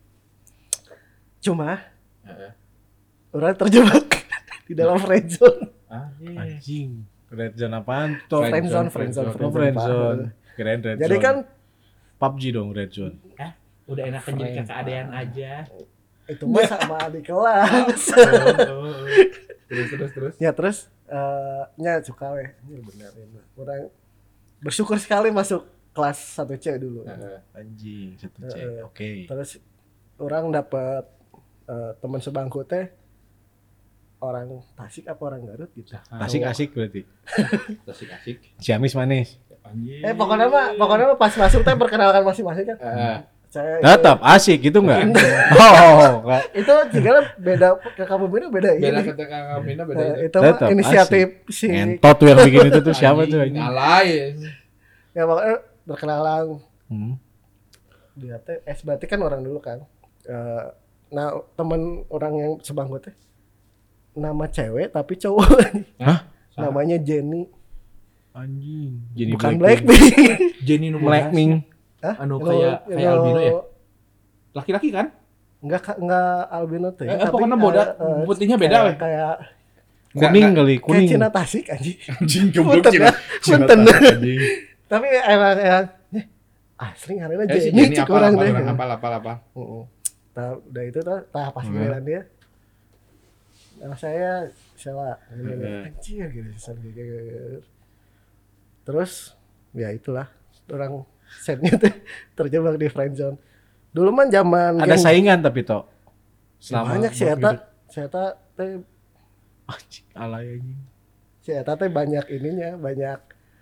[SPEAKER 1] cuma
[SPEAKER 2] Heeh.
[SPEAKER 1] orang terjebak di dalam friend zone.
[SPEAKER 2] Anjing.
[SPEAKER 3] Anjing. Red zone apaan tuh?
[SPEAKER 2] Friend
[SPEAKER 1] Friend zone,
[SPEAKER 2] zone,
[SPEAKER 1] friend zone,
[SPEAKER 3] Oh,
[SPEAKER 1] friend
[SPEAKER 3] friend
[SPEAKER 1] zone.
[SPEAKER 3] zone.
[SPEAKER 1] Pak.
[SPEAKER 3] Keren red
[SPEAKER 1] Jadi
[SPEAKER 3] zone.
[SPEAKER 1] kan
[SPEAKER 3] P U B G dong red zone.
[SPEAKER 2] Udah enakan jadi kakak adean aja.
[SPEAKER 1] itu mah sama di kelas.
[SPEAKER 2] Terus terus terus.
[SPEAKER 1] Ya terus eh nya suka weh. Ini bener ini. Orang bersyukur sekali masuk kelas satu C dulu.
[SPEAKER 2] Heeh.
[SPEAKER 3] Anjing satu C.
[SPEAKER 1] Eh, eh.
[SPEAKER 3] Oke.
[SPEAKER 1] Terus orang dapat eh, teman sebangku teh orang Tasik apa orang Garut gitu.
[SPEAKER 3] Asik-asik berarti.
[SPEAKER 2] Asik-asik.
[SPEAKER 3] Ciamis manis.
[SPEAKER 2] Anjing.
[SPEAKER 1] Eh pokoknya mah pokoknya mah pas masuk teh perkenalkan masing-masing kan.
[SPEAKER 2] Heeh.
[SPEAKER 1] Saya
[SPEAKER 3] Tetap asik gitu enggak? Oh, enggak.
[SPEAKER 1] itu juga beda ke kamu beda beda
[SPEAKER 2] Beda
[SPEAKER 1] ini.
[SPEAKER 2] ketika Kamina beda
[SPEAKER 1] Eh,
[SPEAKER 2] itu.
[SPEAKER 1] itu mah
[SPEAKER 3] Tetap
[SPEAKER 1] inisiatif si
[SPEAKER 3] Ngentot tuh yang bikin itu tuh siapa tuh
[SPEAKER 2] Anjing,
[SPEAKER 3] anjing?
[SPEAKER 2] alay.
[SPEAKER 1] ya pokoknya berkenalan
[SPEAKER 3] Hmm.
[SPEAKER 1] dia teh eh berarti kan orang dulu kan. Eh, nah temen orang yang sebangku teh nama cewek tapi cowok.
[SPEAKER 3] Hah?
[SPEAKER 1] Namanya Jenny.
[SPEAKER 3] Anjing. Jadi
[SPEAKER 1] Bukan
[SPEAKER 3] Blackpink.
[SPEAKER 1] Blackpink.
[SPEAKER 2] Jenny nu
[SPEAKER 3] Blackpink.
[SPEAKER 1] Hah?
[SPEAKER 2] Anu
[SPEAKER 1] Anu-
[SPEAKER 2] kayak- kayak
[SPEAKER 1] anu-
[SPEAKER 2] albino ya? Laki-laki kan?
[SPEAKER 1] Enggak ka- enggak albino tuh.
[SPEAKER 2] Eh, eh, pokoknya boda, putihnya beda,
[SPEAKER 1] kayak,
[SPEAKER 2] weh.
[SPEAKER 1] kayak
[SPEAKER 3] Kuning
[SPEAKER 2] Nggak-
[SPEAKER 3] kali,
[SPEAKER 1] kayak
[SPEAKER 3] kuning.
[SPEAKER 1] Cina Tasik anjing.
[SPEAKER 2] Anjing
[SPEAKER 1] Punten ya. Punten.
[SPEAKER 2] Anjing.
[SPEAKER 1] Tapi emang emang eh, asli ngaranna
[SPEAKER 2] Eh si
[SPEAKER 1] Jenny
[SPEAKER 2] Jenny
[SPEAKER 1] cek
[SPEAKER 2] apa
[SPEAKER 1] orang
[SPEAKER 2] apa
[SPEAKER 1] deh.
[SPEAKER 2] orang apa apa apa.
[SPEAKER 1] Heeh. Tah udah itu tah tah pas
[SPEAKER 3] Hmm.
[SPEAKER 1] giliran dia. Nama saya Sela.
[SPEAKER 2] Heeh.
[SPEAKER 1] Anjir gitu Sela, gitu. Terus ya itulah orang setnya tuh terjebak di friendzone. Dulu mah zaman
[SPEAKER 3] Ada
[SPEAKER 1] geng-
[SPEAKER 3] saingan tapi toh.
[SPEAKER 1] Ya, banyak sih eta. Si eta teh
[SPEAKER 3] Anjing, alay anjing.
[SPEAKER 1] si eta teh banyak ininya, banyak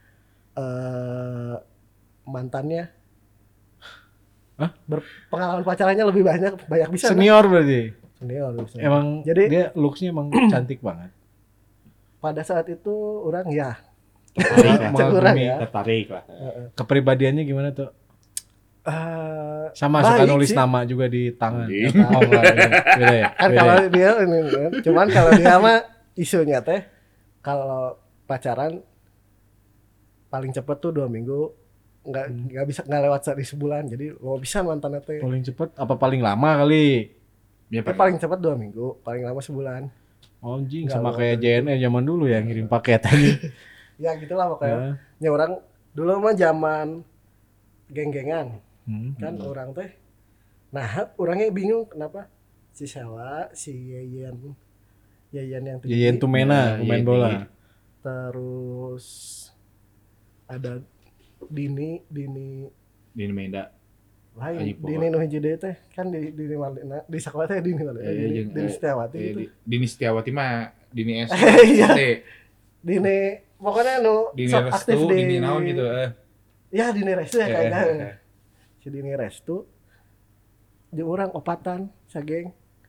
[SPEAKER 1] eh mantannya.
[SPEAKER 3] Hah?
[SPEAKER 1] Berpengalaman pacarannya lebih banyak, banyak bisa.
[SPEAKER 3] Senior berarti.
[SPEAKER 1] Senior bisa.
[SPEAKER 3] Emang
[SPEAKER 1] Jadi-
[SPEAKER 3] dia looks-nya emang cantik banget.
[SPEAKER 1] Pada saat itu orang ya
[SPEAKER 2] Tertarik lah.
[SPEAKER 1] Cek orang ya.
[SPEAKER 2] Tertarik lah.
[SPEAKER 3] Kepribadiannya gimana tuh?
[SPEAKER 1] eh,
[SPEAKER 3] Sama
[SPEAKER 1] baik
[SPEAKER 3] suka nulis
[SPEAKER 1] sih.
[SPEAKER 3] nama juga di tangan.
[SPEAKER 2] Anjing.
[SPEAKER 3] Oh enggak, beda, beda ya.
[SPEAKER 1] Kan
[SPEAKER 3] Beda
[SPEAKER 1] kalau
[SPEAKER 3] ya?
[SPEAKER 1] dia ini kan. Cuman kalau dia mah isunya teh kalau pacaran paling cepet tuh dua minggu nggak
[SPEAKER 3] Hmm.
[SPEAKER 1] nggak bisa nggak lewat sehari sebulan jadi lo bisa mantan teh
[SPEAKER 3] Paling cepet apa paling lama kali?
[SPEAKER 2] Dia
[SPEAKER 1] Eh, paling cepat dua minggu paling lama sebulan
[SPEAKER 3] Oh, anjing
[SPEAKER 1] Enggak,
[SPEAKER 3] sama
[SPEAKER 1] lo-
[SPEAKER 3] kayak J N E zaman dulu ya ngirim paket anjing.
[SPEAKER 1] ya gitulah pokoknya
[SPEAKER 3] Ya.
[SPEAKER 1] ya orang dulu mah zaman geng-gengan
[SPEAKER 3] Hmm.
[SPEAKER 1] kan orang teh nah orangnya bingung kenapa si Sela si Yeyen Yeyen yang tinggi
[SPEAKER 3] Yeyen Tumena,
[SPEAKER 2] Ya,
[SPEAKER 3] pemain
[SPEAKER 2] Yeni.
[SPEAKER 3] bola.
[SPEAKER 1] terus ada Dini Dini
[SPEAKER 2] Di Meda.
[SPEAKER 1] lain
[SPEAKER 2] Anjing, pokok.
[SPEAKER 1] Dini nu hiji deui teh kan di Dini Malina di sekolah teh Dini Malina
[SPEAKER 2] Eh,
[SPEAKER 1] Dini,
[SPEAKER 2] jeung,
[SPEAKER 1] Dini
[SPEAKER 2] eh,
[SPEAKER 1] Setiawati
[SPEAKER 2] Eh,
[SPEAKER 1] gitu
[SPEAKER 2] di- Dini Setiawati mah Dini S.
[SPEAKER 1] Iya.
[SPEAKER 2] D.
[SPEAKER 1] Dini pokoknya nu
[SPEAKER 2] Dini
[SPEAKER 1] sok aktif
[SPEAKER 2] Restu,
[SPEAKER 1] di
[SPEAKER 2] Dini naon gitu eh.
[SPEAKER 1] ya Dini Restu ya
[SPEAKER 2] Eh,
[SPEAKER 1] kayaknya
[SPEAKER 2] eh, eh.
[SPEAKER 1] si Dini Restu jeung urang opatan sageng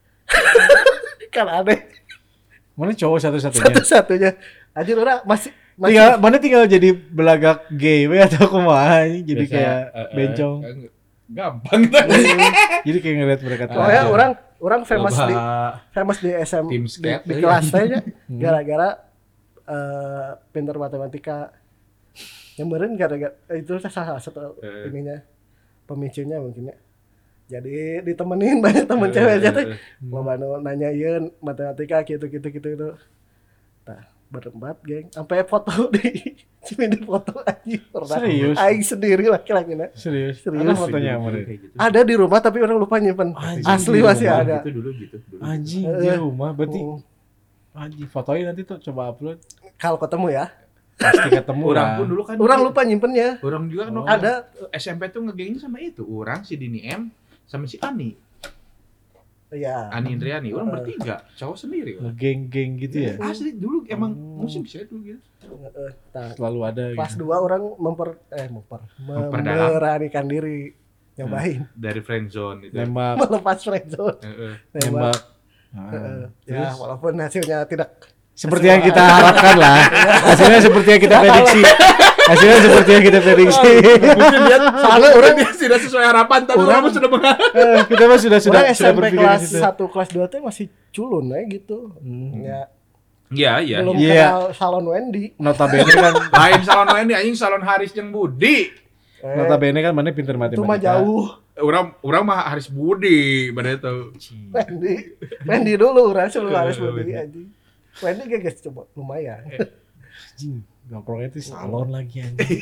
[SPEAKER 1] kan aneh
[SPEAKER 3] Mana cowok satu-satunya?
[SPEAKER 1] satu-satunya anjir urang masih masih
[SPEAKER 3] Tinggal mana tinggal jadi belagak gay we atau kumaha anjing, jadi
[SPEAKER 2] Biasa,
[SPEAKER 3] kayak
[SPEAKER 2] eh, eh,
[SPEAKER 3] bencong.
[SPEAKER 2] eh, gampang tapi.
[SPEAKER 3] Jadi kayak ngeliat mereka tuh.
[SPEAKER 1] pokoknya
[SPEAKER 2] Ah.
[SPEAKER 1] orang orang famous di
[SPEAKER 2] Loba
[SPEAKER 1] famous di S M
[SPEAKER 2] tim
[SPEAKER 1] di,
[SPEAKER 2] skate
[SPEAKER 1] di
[SPEAKER 2] eh.
[SPEAKER 1] kelas teh nya
[SPEAKER 3] Hmm.
[SPEAKER 1] gara-gara eh pintar matematika nyamberin gara-gara eh, itu salah satu
[SPEAKER 2] Eh.
[SPEAKER 1] ininya pemicunya mungkin ya jadi ditemenin banyak temen
[SPEAKER 2] Eh,
[SPEAKER 1] cewek aja
[SPEAKER 2] eh,
[SPEAKER 1] teh
[SPEAKER 2] eh.
[SPEAKER 1] loba nu nanyain matematika gitu gitu gitu gitu nah berempat geng sampai foto di cimindi foto aja pernah
[SPEAKER 3] Serius?
[SPEAKER 1] aing sendiri laki-laki nah.
[SPEAKER 3] Serius?
[SPEAKER 1] Serius.
[SPEAKER 3] Ada fotonya
[SPEAKER 2] Dulu
[SPEAKER 3] mana?
[SPEAKER 2] kayak gitu.
[SPEAKER 1] ada di rumah tapi orang lupa nyimpen
[SPEAKER 3] Anjing,
[SPEAKER 1] asli
[SPEAKER 3] di
[SPEAKER 1] masih
[SPEAKER 3] rumah
[SPEAKER 1] ada
[SPEAKER 2] Gitu dulu gitu. Dulu.
[SPEAKER 3] Anjing
[SPEAKER 1] Eh.
[SPEAKER 3] di rumah berarti
[SPEAKER 1] Mm.
[SPEAKER 3] anjing fotoin nanti tuh coba upload.
[SPEAKER 1] kalau ketemu ya
[SPEAKER 3] Pasti ketemu
[SPEAKER 2] Orang
[SPEAKER 3] lah.
[SPEAKER 2] pun dulu kan
[SPEAKER 1] Orang lupa nyimpennya.
[SPEAKER 2] Orang juga kan
[SPEAKER 3] Oh.
[SPEAKER 2] waktu
[SPEAKER 1] Ada
[SPEAKER 2] S M P tuh ngegengnya sama itu. Orang si Dini M sama si Ani.
[SPEAKER 1] ya.
[SPEAKER 2] Ani Indriani. Orang
[SPEAKER 1] Uh.
[SPEAKER 2] bertiga, cowok sendiri. orang.
[SPEAKER 3] Geng-geng gitu ya.
[SPEAKER 2] Asli dulu emang
[SPEAKER 3] Oh.
[SPEAKER 2] musik saya dulu gitu.
[SPEAKER 1] Heeh. Nah,
[SPEAKER 3] Selalu ada
[SPEAKER 1] kelas
[SPEAKER 3] gitu.
[SPEAKER 1] dua orang memper eh memper
[SPEAKER 2] Memperdalam.
[SPEAKER 1] memberanikan diri nyobain
[SPEAKER 2] Dari friendzone itu.
[SPEAKER 3] Nembak,
[SPEAKER 1] melepas friendzone.
[SPEAKER 2] Heeh.
[SPEAKER 3] nembak.
[SPEAKER 1] Heeh.
[SPEAKER 3] Ah.
[SPEAKER 1] Ya,
[SPEAKER 3] Terus?
[SPEAKER 1] walaupun hasilnya tidak
[SPEAKER 3] Seperti yang kita harapkan lah. Hasilnya seperti yang kita prediksi. Hasilnya seperti yang kita prediksi.
[SPEAKER 2] Mungkin dia soalnya orang dia tidak sesuai harapan tapi
[SPEAKER 1] Orang-
[SPEAKER 2] orang sudah mengharap.
[SPEAKER 3] Eh, kita mah sudah sudah
[SPEAKER 1] orang
[SPEAKER 3] sudah
[SPEAKER 1] S M P
[SPEAKER 3] berpikir
[SPEAKER 1] kelas
[SPEAKER 3] ke situ.
[SPEAKER 1] satu kelas dua tuh masih culun ya gitu.
[SPEAKER 3] Hmm.
[SPEAKER 1] Ya,
[SPEAKER 2] Iya, iya.
[SPEAKER 1] belum
[SPEAKER 3] iya.
[SPEAKER 1] kenal salon Wendy.
[SPEAKER 3] Notabene kan,
[SPEAKER 2] Lain salon lain nih anjing salon Haris jeung Budi.
[SPEAKER 1] Eh,
[SPEAKER 3] notabene kan mana pinter
[SPEAKER 1] itu
[SPEAKER 3] matematika.
[SPEAKER 1] mah jauh.
[SPEAKER 2] Orang orang mah Haris Budi pada itu.
[SPEAKER 1] Wendy, Wendy dulu, orang sebelum
[SPEAKER 2] Eh,
[SPEAKER 1] harus Wendy
[SPEAKER 2] Wendy.
[SPEAKER 1] anjing. Wendy kayak guys coba lumayan.
[SPEAKER 3] Anjing, nongkrongnya itu salon lagi anjing.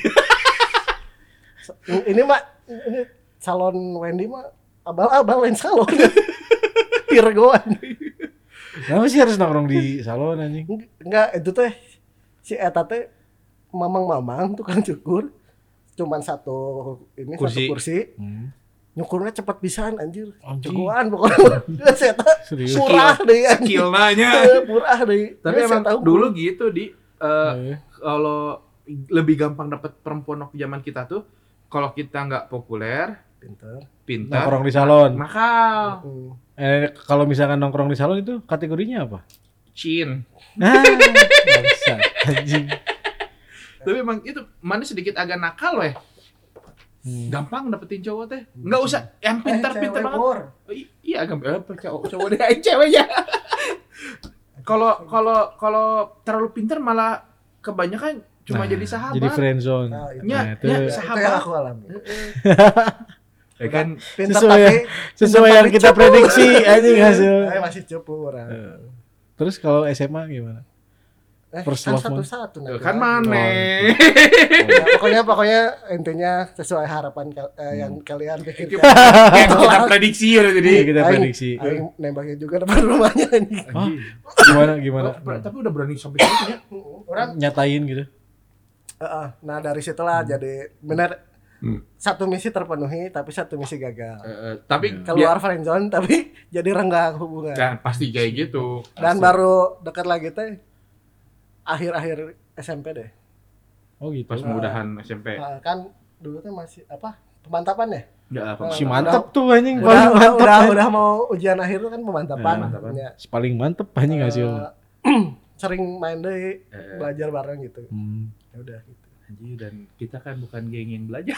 [SPEAKER 1] ini mah ini salon Wendy mah abal-abal lain salon. Virgoan.
[SPEAKER 3] Kenapa sih harus nongkrong di salon anjing?
[SPEAKER 1] Enggak, itu teh si eta teh mamang-mamang tukang cukur. Cuman satu ini
[SPEAKER 2] Kursi.
[SPEAKER 1] satu kursi.
[SPEAKER 3] Hmm.
[SPEAKER 1] Nyukurnya cepat pisan anjir.
[SPEAKER 3] Anjing.
[SPEAKER 1] Jagoan pokoknya. Dia si eta
[SPEAKER 3] Serius.
[SPEAKER 1] murah deh anjing.
[SPEAKER 2] Skill nanya.
[SPEAKER 1] Murah deh.
[SPEAKER 2] Tapi
[SPEAKER 1] Dia si
[SPEAKER 2] emang
[SPEAKER 1] eta
[SPEAKER 2] dulu gitu di eh,
[SPEAKER 3] Eh,
[SPEAKER 2] kalau lebih gampang dapat perempuan waktu zaman kita tuh kalau kita nggak populer,
[SPEAKER 1] pinter.
[SPEAKER 2] pintar,
[SPEAKER 3] Nongkrong di salon.
[SPEAKER 2] mahal.
[SPEAKER 1] Hmm.
[SPEAKER 3] Eh kalau misalkan nongkrong di salon itu kategorinya apa?
[SPEAKER 2] Cin.
[SPEAKER 3] Ah, bangsa, anjing.
[SPEAKER 2] Tapi emang itu mana sedikit agak nakal weh.
[SPEAKER 3] Hmm.
[SPEAKER 2] Gampang dapetin cowok teh. Nggak usah yang pintar-pintar
[SPEAKER 1] Eh, cewek,
[SPEAKER 2] banget.
[SPEAKER 1] Bor.
[SPEAKER 2] Oh, i- Iya, gampang eh, cowok cowok deh aing ceweknya. Kalau kalau kalau terlalu pintar malah kebanyakan cuma
[SPEAKER 3] Nah,
[SPEAKER 2] jadi sahabat.
[SPEAKER 3] Jadi friendzone.
[SPEAKER 1] Nah, itu.
[SPEAKER 2] Nya,
[SPEAKER 3] Nah, itu
[SPEAKER 2] nya,
[SPEAKER 1] Itu yang
[SPEAKER 2] sahabat.
[SPEAKER 1] aku alami.
[SPEAKER 2] Ya kan
[SPEAKER 1] Pintar
[SPEAKER 3] Sesuai
[SPEAKER 1] tapi
[SPEAKER 3] Sesuai
[SPEAKER 1] pintar
[SPEAKER 3] yang
[SPEAKER 1] tapi
[SPEAKER 3] kita
[SPEAKER 1] cupu.
[SPEAKER 3] prediksi anjing hasil.
[SPEAKER 1] Saya masih cupu orang.
[SPEAKER 3] Eh, Terus kalau S M A gimana?
[SPEAKER 1] Eh,
[SPEAKER 3] First
[SPEAKER 1] kan
[SPEAKER 3] love mah.
[SPEAKER 1] satu-satu
[SPEAKER 2] Tuh,
[SPEAKER 1] nanti
[SPEAKER 2] kan
[SPEAKER 1] lagi.
[SPEAKER 2] maneh.
[SPEAKER 1] Ya, pokoknya pokoknya intinya sesuai harapan kal- eh, yang kalian pikirkan.
[SPEAKER 2] Kayak kita prediksi ya jadi.
[SPEAKER 3] Iya, kita
[SPEAKER 1] Aing-
[SPEAKER 3] prediksi.
[SPEAKER 1] Aing nembaknya juga depan rumahnya anjing.
[SPEAKER 3] Hah? Gimana gimana?
[SPEAKER 2] Oh, ber- tapi udah berani sampai situ ya.
[SPEAKER 1] Orang
[SPEAKER 3] Nyatain gitu.
[SPEAKER 1] Heeh. Nah dari situlah jadi benar
[SPEAKER 2] Hmm.
[SPEAKER 1] satu misi terpenuhi tapi satu misi gagal.
[SPEAKER 2] Eh, eh, tapi
[SPEAKER 1] Keluar friendzone tapi jadi renggang hubungan.
[SPEAKER 2] dia- kan pasti kayak gitu.
[SPEAKER 1] Dan
[SPEAKER 2] Pasti.
[SPEAKER 1] baru dekat lagi teh akhir-akhir S M P deh.
[SPEAKER 3] Oh gitu.
[SPEAKER 2] Pas mudahan S M P.
[SPEAKER 1] Nah, kan dulu teh masih apa? Pemantapan ya?
[SPEAKER 2] Enggak apa.
[SPEAKER 3] Si
[SPEAKER 1] Udah-
[SPEAKER 3] mantep tuh anjing
[SPEAKER 1] Udah,
[SPEAKER 3] paling
[SPEAKER 1] udah,
[SPEAKER 3] mantep.
[SPEAKER 1] udah,
[SPEAKER 3] anjing.
[SPEAKER 1] udah mau ujian akhir tuh kan pemantapan.
[SPEAKER 3] Ya,
[SPEAKER 2] pemantapan.
[SPEAKER 1] Ya.
[SPEAKER 3] Si paling mantep anjing hasil.
[SPEAKER 1] Eh, sering main deh
[SPEAKER 2] Eh,
[SPEAKER 1] belajar bareng gitu.
[SPEAKER 3] Hmm.
[SPEAKER 1] Ya udah gitu.
[SPEAKER 2] anjir, dan kita kan bukan geng yang belajar.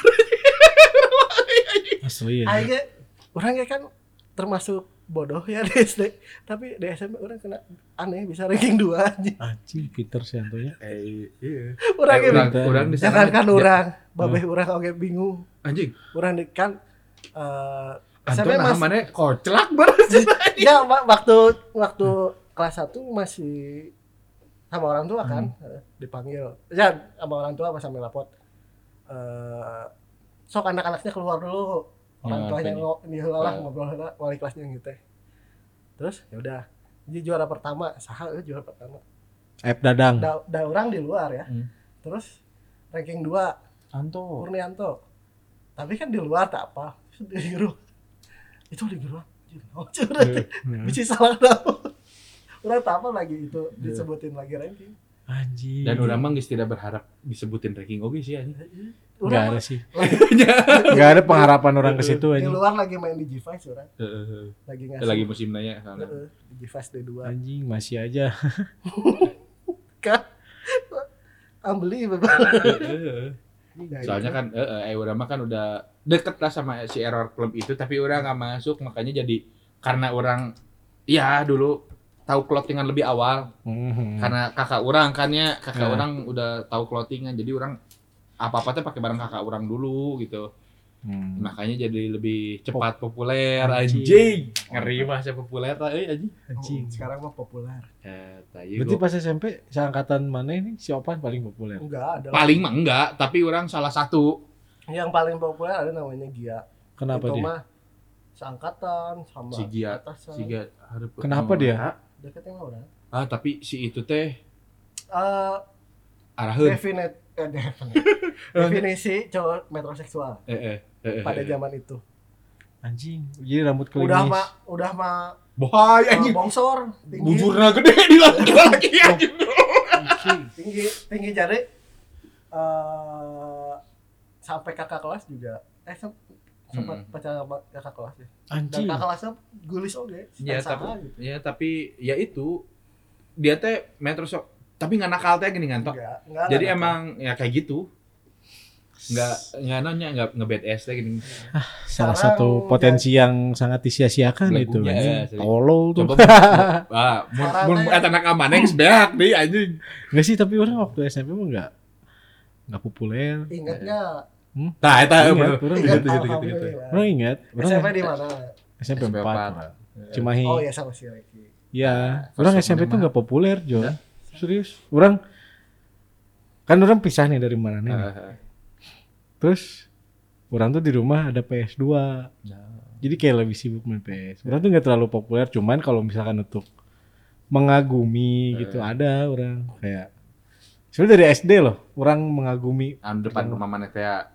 [SPEAKER 3] Asli ya.
[SPEAKER 1] Aing orangnya kan termasuk bodoh ya di S D, tapi di S M P orang kena aneh bisa ranking dua anjing.
[SPEAKER 3] Anjing Peter Siantonya.
[SPEAKER 2] Eh, iya.
[SPEAKER 1] Orang
[SPEAKER 2] Eh, orang,
[SPEAKER 3] pintar.
[SPEAKER 2] orang di sana
[SPEAKER 1] jangan kan
[SPEAKER 2] ja-
[SPEAKER 1] orang, babeh orang oke bingung.
[SPEAKER 2] Anjing,
[SPEAKER 1] Orang di kan eh S M
[SPEAKER 2] Anton
[SPEAKER 1] P
[SPEAKER 2] nah
[SPEAKER 1] mas,
[SPEAKER 2] mana koclak beres.
[SPEAKER 1] ya wa- waktu waktu kelas satu masih sama orang tua kan eh, dipanggil. Ya sama orang tua pas sambil lapor. Eh sok anak-anaknya keluar dulu. Orang
[SPEAKER 3] Ya,
[SPEAKER 1] tuanya
[SPEAKER 3] apa
[SPEAKER 1] ngo- diheula
[SPEAKER 2] Ya.
[SPEAKER 1] ngobrol heula wali kelasnya gitu teh. Terus ya udah. Jadi juara pertama, saha euy juara pertama.
[SPEAKER 3] F Dadang.
[SPEAKER 1] Da, da orang di luar ya.
[SPEAKER 2] Hmm.
[SPEAKER 1] Terus ranking dua
[SPEAKER 2] Anto.
[SPEAKER 1] Purnianto. Tapi kan di luar tak apa. Di grup. Itu di grup. Oh, curhat.
[SPEAKER 3] Hmm.
[SPEAKER 1] Bisa salah tahu. Orang tak apa lagi itu disebutin lagi ranking.
[SPEAKER 3] Anjing.
[SPEAKER 2] Dan orang mah geus tidak berharap disebutin ranking oge sih anjing.
[SPEAKER 3] Enggak
[SPEAKER 1] Orang
[SPEAKER 3] ada sih. Enggak ada pengharapan orang ke situ
[SPEAKER 1] di
[SPEAKER 3] anjing.
[SPEAKER 1] luar lagi main di G lima orang.
[SPEAKER 2] Heeh.
[SPEAKER 1] Lagi ngasih.
[SPEAKER 2] Lagi musim nanya soalnya.
[SPEAKER 1] Heeh, di G lima D dua.
[SPEAKER 3] Anjing masih aja.
[SPEAKER 1] Kan unbelievable.
[SPEAKER 2] Heeh.
[SPEAKER 1] Ya,
[SPEAKER 2] Soalnya
[SPEAKER 1] itu.
[SPEAKER 2] kan eh eh orang mah kan udah deket lah sama si Error Club itu, tapi orang nggak masuk, makanya jadi karena orang ya dulu tahu clothingan lebih awal,
[SPEAKER 3] Hmm.
[SPEAKER 2] karena kakak orang kan ya kakak
[SPEAKER 3] Ya.
[SPEAKER 2] orang udah tahu clothingan, jadi orang apa apa tuh pakai barang kakak orang dulu gitu,
[SPEAKER 3] Hmm.
[SPEAKER 2] makanya jadi lebih cepat populer.
[SPEAKER 3] Anjing.
[SPEAKER 2] Anjing ngeri bahasa populer lah eh anjing.
[SPEAKER 3] Anjing.
[SPEAKER 1] Oh, sekarang mah populer.
[SPEAKER 2] Eh, tahu
[SPEAKER 3] Berarti
[SPEAKER 2] gua-
[SPEAKER 3] pas S M P seangkatan mana ini si Opan paling populer?
[SPEAKER 1] Enggak ada.
[SPEAKER 2] paling mah enggak, tapi orang salah satu.
[SPEAKER 1] Yang paling populer ada namanya Gia.
[SPEAKER 3] Kenapa
[SPEAKER 1] itu
[SPEAKER 3] dia?
[SPEAKER 1] mah seangkatan sama
[SPEAKER 2] Si Gia,
[SPEAKER 1] atasan.
[SPEAKER 2] si Gia
[SPEAKER 3] Kenapa dia?
[SPEAKER 1] Deketnya mah orang.
[SPEAKER 2] Ah tapi si itu teh
[SPEAKER 1] Eh
[SPEAKER 2] Araheun.
[SPEAKER 1] definite eh, definite. definisi cowok metroseksual
[SPEAKER 2] Eh, eh, eh, eh,
[SPEAKER 1] pada
[SPEAKER 2] eh.
[SPEAKER 1] zaman itu.
[SPEAKER 3] Anjing, jadi rambut klimis.
[SPEAKER 1] Udah mah udah mah
[SPEAKER 2] Bahaya
[SPEAKER 1] eh,
[SPEAKER 2] anjing.
[SPEAKER 1] bongsor, tinggi,
[SPEAKER 2] Bujurna gede di laki-laki anjing.
[SPEAKER 1] tinggi, tinggi jari eh sampai kakak kelas juga eh sem- sempat
[SPEAKER 2] Hmm.
[SPEAKER 1] pacaran sama kakak kelas ya. Dan
[SPEAKER 3] Anjing.
[SPEAKER 1] kakak kelasnya gulis oge,
[SPEAKER 2] Ya
[SPEAKER 1] sama
[SPEAKER 2] tapi
[SPEAKER 1] gitu.
[SPEAKER 2] ya tapi ya itu dia teh metro sok tapi nggak nakal teh gini ngantok.
[SPEAKER 1] Enggak, enggak
[SPEAKER 2] Jadi
[SPEAKER 1] lah,
[SPEAKER 2] emang ya kayak gitu. Nggak nggak nanya nggak nge-bad ass teh gini.
[SPEAKER 3] Salah
[SPEAKER 1] Sekarang
[SPEAKER 3] satu potensi yang sangat disia-siakan itu.
[SPEAKER 2] Belagunya,
[SPEAKER 3] anjing.
[SPEAKER 2] ya, sering.
[SPEAKER 3] Tolol tuh.
[SPEAKER 2] Coba ah mun
[SPEAKER 1] Sekarang
[SPEAKER 2] mun
[SPEAKER 1] teh-
[SPEAKER 2] eta nak amaneh geus beak deui anjing.
[SPEAKER 3] Enggak sih, tapi orang waktu S M P mah enggak enggak populer.
[SPEAKER 1] ingatnya
[SPEAKER 2] Tah eta
[SPEAKER 3] Ingat,
[SPEAKER 2] bener.
[SPEAKER 3] orang
[SPEAKER 1] ingat
[SPEAKER 2] Gitu, gitu, gitu, gitu.
[SPEAKER 1] alhamdulillah.
[SPEAKER 3] Orang ingat, orang
[SPEAKER 1] S M P di mana?
[SPEAKER 3] S M P
[SPEAKER 2] S M P
[SPEAKER 3] empat.
[SPEAKER 2] empat.
[SPEAKER 3] Cimahi.
[SPEAKER 1] Oh ya sama si Reki.
[SPEAKER 3] Ya,
[SPEAKER 2] Nah,
[SPEAKER 3] orang
[SPEAKER 2] masuk
[SPEAKER 3] S M P tuh
[SPEAKER 2] mana?
[SPEAKER 3] enggak populer, Jon. Serius. Orang kan orang pisah nih dari mana nih.
[SPEAKER 2] Heeh.
[SPEAKER 3] Terus orang tuh di rumah ada P S dua. Jadi kayak lebih sibuk main P S. Orang tuh nggak terlalu populer, cuman kalau misalkan untuk mengagumi gitu ada orang kayak sebenarnya dari S D loh, orang mengagumi
[SPEAKER 2] Anu depan rumah mana teh ya.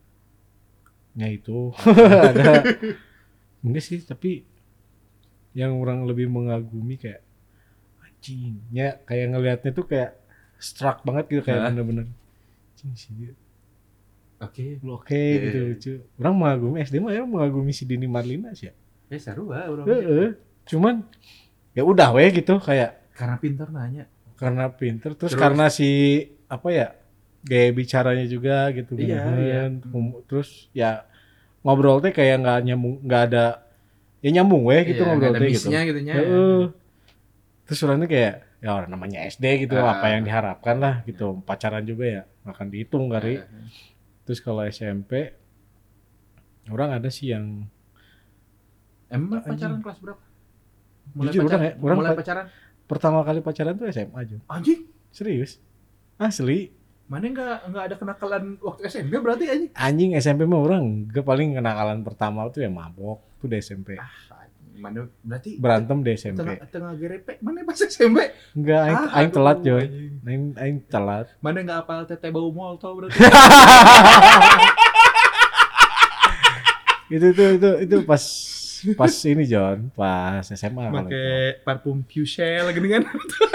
[SPEAKER 3] ya itu ada enggak sih, tapi yang orang lebih mengagumi kayak anjing, ya kayak ngelihatnya tuh kayak struck banget gitu kayak
[SPEAKER 2] Hah?
[SPEAKER 3] bener-bener anjing sih dia.
[SPEAKER 2] Oke.
[SPEAKER 3] Lu oke
[SPEAKER 2] Iya,
[SPEAKER 3] gitu
[SPEAKER 2] iya.
[SPEAKER 3] lucu. Orang mengagumi S D mah ya mengagumi si Dini Marlina sih ya.
[SPEAKER 2] Ya seru ah urang.
[SPEAKER 3] Heeh. Cuman ya udah weh gitu kayak
[SPEAKER 2] Karena pintar nanya.
[SPEAKER 3] karena pinter terus,
[SPEAKER 2] Terus?
[SPEAKER 3] karena si apa ya gaya bicaranya juga gitu
[SPEAKER 2] Iya,
[SPEAKER 3] beneran.
[SPEAKER 2] iya.
[SPEAKER 3] Um, terus ya ngobrol teh kayak nggak nyambung, nggak ada ya nyambung weh gitu
[SPEAKER 2] Iya,
[SPEAKER 3] ngobrol
[SPEAKER 2] nggak ada
[SPEAKER 3] teh gitu.
[SPEAKER 2] miss-nya gitu nya.
[SPEAKER 3] Heeh. Terus orang tuh kayak ya orang namanya S D gitu
[SPEAKER 2] Ah.
[SPEAKER 3] apa yang diharapkan lah gitu. Pacaran juga ya akan dihitung kali.
[SPEAKER 2] Eh,
[SPEAKER 3] Terus kalau S M P orang ada sih yang
[SPEAKER 2] Emang
[SPEAKER 3] Anjing.
[SPEAKER 2] pacaran kelas berapa?
[SPEAKER 3] Jujur, orang ya, orang
[SPEAKER 2] mulai
[SPEAKER 3] pa-
[SPEAKER 2] pacaran.
[SPEAKER 3] pertama kali pacaran tuh S M A aja.
[SPEAKER 2] Anjing,
[SPEAKER 3] Serius. Asli.
[SPEAKER 2] mana enggak enggak ada kenakalan waktu S M P berarti anjing.
[SPEAKER 3] Anjing S M P mah orang gak paling kenakalan pertama tuh ya mabok. Itu di S M P.
[SPEAKER 2] Mana berarti
[SPEAKER 3] Berantem di S M P.
[SPEAKER 2] tengah tengah gerepek mana pas S M P?
[SPEAKER 3] Enggak, aing,
[SPEAKER 2] Ah,
[SPEAKER 3] aing telat
[SPEAKER 2] aduh,
[SPEAKER 3] Joy.
[SPEAKER 2] anjing.
[SPEAKER 3] Aing, aing telat.
[SPEAKER 2] Mana enggak apal teteh bau mall tau berarti.
[SPEAKER 3] itu itu itu itu pas pas ini John, pas S M A kalau itu.
[SPEAKER 2] Pakai parfum Fuchsia lagi kan.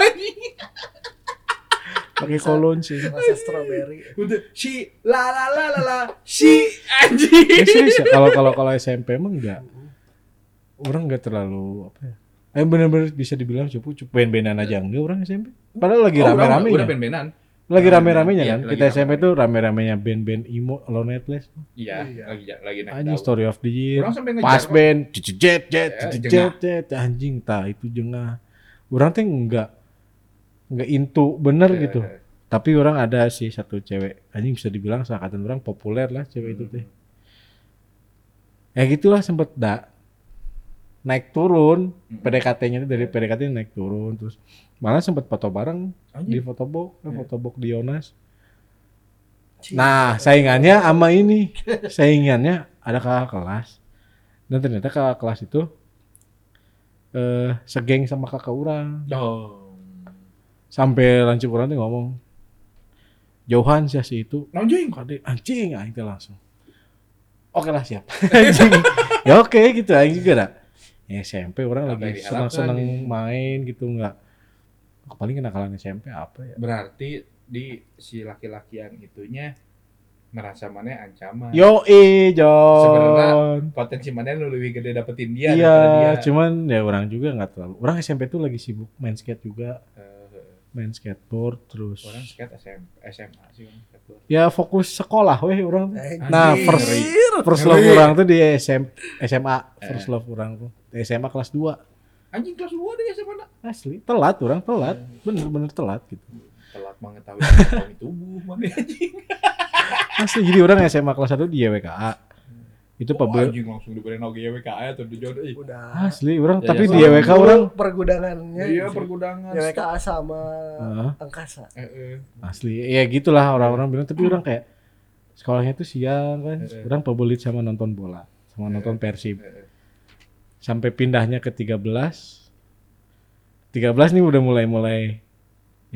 [SPEAKER 3] Pakai cologne sih.
[SPEAKER 1] Rasa strawberry.
[SPEAKER 2] Udah si la la la la la si anjing.
[SPEAKER 3] Ya, serius ya, kalau kalau kalau S M P emang enggak. Orang enggak terlalu apa ya. Eh bener-bener bisa dibilang cupu cupu ben-benan aja enggak orang S M P. Padahal lagi
[SPEAKER 2] Oh,
[SPEAKER 3] rame-rame
[SPEAKER 2] udah
[SPEAKER 3] ya.
[SPEAKER 2] ben-benan.
[SPEAKER 3] Lagi rame-ramenya
[SPEAKER 2] Iya,
[SPEAKER 3] kan.
[SPEAKER 2] lagi
[SPEAKER 3] Kita S M P
[SPEAKER 2] rame-rame.
[SPEAKER 3] tuh rame-ramenya band-band emo, Lone Atlas.
[SPEAKER 2] Iya,
[SPEAKER 1] Iya.
[SPEAKER 2] lagi lagi naik
[SPEAKER 3] Anjing
[SPEAKER 2] daun.
[SPEAKER 3] Story of the Year.
[SPEAKER 2] Orang sampai ngejar
[SPEAKER 3] Pas
[SPEAKER 2] kok.
[SPEAKER 3] band, jet jet jet
[SPEAKER 2] Ya,
[SPEAKER 3] jet
[SPEAKER 2] jengah.
[SPEAKER 3] jet anjing tah itu jengah. Orang teh enggak enggak into bener
[SPEAKER 2] Eh,
[SPEAKER 3] gitu. Tapi orang ada sih satu cewek, anjing bisa dibilang seangkatan orang populer lah cewek itu teh. Ya gitulah sempet da naik turun
[SPEAKER 2] Hmm.
[SPEAKER 3] P D K T-nya itu dari P D K T naik turun terus malah sempet foto bareng di
[SPEAKER 2] Anjing.
[SPEAKER 3] fotobok,
[SPEAKER 2] Ya.
[SPEAKER 3] fotobok di Yonas. Nah, saingannya sama ini. Saingannya ada kakak kelas. Dan ternyata kakak kelas itu eh segeng sama kakak orang.
[SPEAKER 2] Oh.
[SPEAKER 3] Sampai lancip orang tuh ngomong, jauhan sih si itu.
[SPEAKER 2] Anjing.
[SPEAKER 3] Kade anjing, aing teh langsung. Oke lah siap. Anjing. Ya oke gitu aing juga dah. Ya S M P orang
[SPEAKER 2] Apa yang
[SPEAKER 3] lagi
[SPEAKER 2] diharapkan
[SPEAKER 3] senang-senang
[SPEAKER 2] nih?
[SPEAKER 3] main gitu enggak. Paling kenakalan S M P apa ya?
[SPEAKER 2] Berarti di si laki-laki yang itunya merasa mana ancaman.
[SPEAKER 3] Yo eh
[SPEAKER 2] Sebenarnya
[SPEAKER 3] John.
[SPEAKER 2] potensi mana lu lebih gede dapetin dia
[SPEAKER 3] Iya,
[SPEAKER 2] daripada dia.
[SPEAKER 3] cuman ya orang juga nggak terlalu. Orang S M P tuh lagi sibuk main skate juga,
[SPEAKER 2] Eh,
[SPEAKER 3] main skateboard terus.
[SPEAKER 2] orang skate S M S M A sih orang skateboard.
[SPEAKER 3] Ya fokus sekolah weh orang.
[SPEAKER 1] Anjing.
[SPEAKER 3] Nah,
[SPEAKER 2] Anjing,
[SPEAKER 3] first
[SPEAKER 2] ngeri.
[SPEAKER 3] first
[SPEAKER 2] Ngeri.
[SPEAKER 3] love orang tuh di S M S M A, first
[SPEAKER 2] Eh.
[SPEAKER 3] love orang tuh. Di S M A kelas dua.
[SPEAKER 2] Anjing kelas dua deh S M A.
[SPEAKER 3] Asli, telat orang telat. Bener-bener telat gitu.
[SPEAKER 2] Telat mengetahui anatomi tubuh mana anjing.
[SPEAKER 3] Asli jadi orang S M A kelas satu di Y W K A. Itu
[SPEAKER 2] Oh,
[SPEAKER 3] pabel.
[SPEAKER 2] anjing langsung diberi nogi Y W K A atau di jodoh. Ih.
[SPEAKER 1] Udah.
[SPEAKER 3] Asli orang
[SPEAKER 2] Ya,
[SPEAKER 3] tapi
[SPEAKER 2] ya,
[SPEAKER 3] di Y W K
[SPEAKER 1] Dulu
[SPEAKER 3] orang
[SPEAKER 1] pergudangannya.
[SPEAKER 2] Iya pergudangan.
[SPEAKER 1] Y W K A sama
[SPEAKER 3] Heeh.
[SPEAKER 1] angkasa.
[SPEAKER 2] Eh, eh.
[SPEAKER 3] asli. Ya gitulah orang-orang bilang tapi orang kayak sekolahnya tuh siang kan.
[SPEAKER 2] Eh, eh.
[SPEAKER 3] Orang pebolit sama nonton bola, sama nonton Persib.
[SPEAKER 2] Eh, eh.
[SPEAKER 3] Sampai pindahnya ke tiga belas. tiga belas nih udah mulai-mulai ya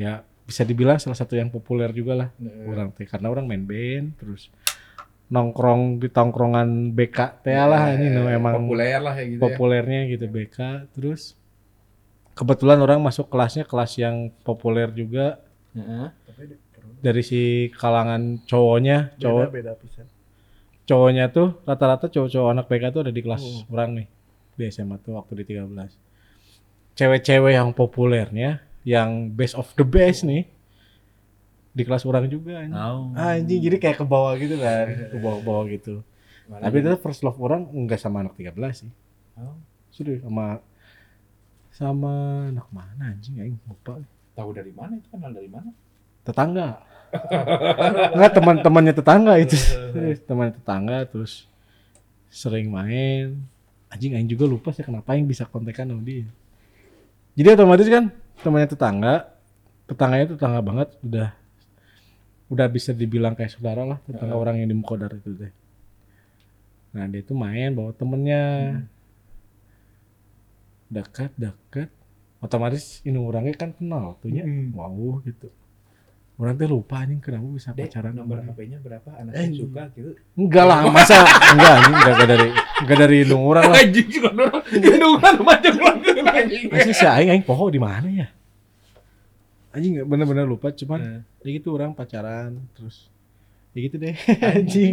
[SPEAKER 3] bisa dibilang salah satu yang populer juga lah orang teh karena orang main band terus nongkrong di tongkrongan B K teh lah ini no, emang
[SPEAKER 2] populer lah ya gitu
[SPEAKER 3] populernya
[SPEAKER 2] ya.
[SPEAKER 3] gitu B K terus kebetulan orang masuk kelasnya kelas yang populer juga
[SPEAKER 2] Heeh.
[SPEAKER 3] dari si kalangan cowoknya cowok
[SPEAKER 1] beda, beda pisan.
[SPEAKER 3] cowoknya tuh rata-rata cowok-cowok anak B K tuh ada di kelas
[SPEAKER 1] Oh.
[SPEAKER 3] orang nih di S M A tuh waktu di tiga belas cewek-cewek yang populernya yang best of the best nih di kelas orang juga anjing.
[SPEAKER 2] Oh.
[SPEAKER 3] Anjing jadi kayak ke bawah gitu kan, ke bawah-bawah gitu.
[SPEAKER 2] Malah
[SPEAKER 3] Tapi
[SPEAKER 2] jadi-
[SPEAKER 3] itu first love orang enggak sama anak tiga belas sih.
[SPEAKER 2] Oh.
[SPEAKER 3] Sudah sama sama anak mana anjing aing lupa.
[SPEAKER 2] Tahu dari mana itu kenal dari mana?
[SPEAKER 3] Tetangga. Enggak teman-temannya tetangga itu. Teman tetangga terus sering main. Anjing aing juga lupa sih kenapa aing bisa kontekan sama dia. Jadi otomatis kan temannya tetangga, tetangganya tetangga banget udah udah bisa dibilang kayak saudara lah tetangga
[SPEAKER 2] Uh.
[SPEAKER 3] orang yang di Mukodar itu teh. Nah dia tuh main bawa temennya
[SPEAKER 2] Hmm.
[SPEAKER 3] dekat-dekat, otomatis ini orangnya kan kenal tuhnya,
[SPEAKER 2] Hmm.
[SPEAKER 3] wow gitu. Orang tuh lupa anjing kenapa bisa
[SPEAKER 2] Dek,
[SPEAKER 3] pacaran
[SPEAKER 2] nomor
[SPEAKER 3] sama
[SPEAKER 2] H P-nya berapa? Anak
[SPEAKER 1] Eh,
[SPEAKER 2] saya suka gitu.
[SPEAKER 3] enggak lah masa enggak anjing enggak, enggak dari enggak dari indung orang lah.
[SPEAKER 2] Anjing juga orang gendungan macam langgeng anjing.
[SPEAKER 3] Masih si aing aing poho di mana ya? Anjing bener-bener lupa cuman
[SPEAKER 2] Eh.
[SPEAKER 3] ya gitu orang pacaran terus ya gitu deh anjing.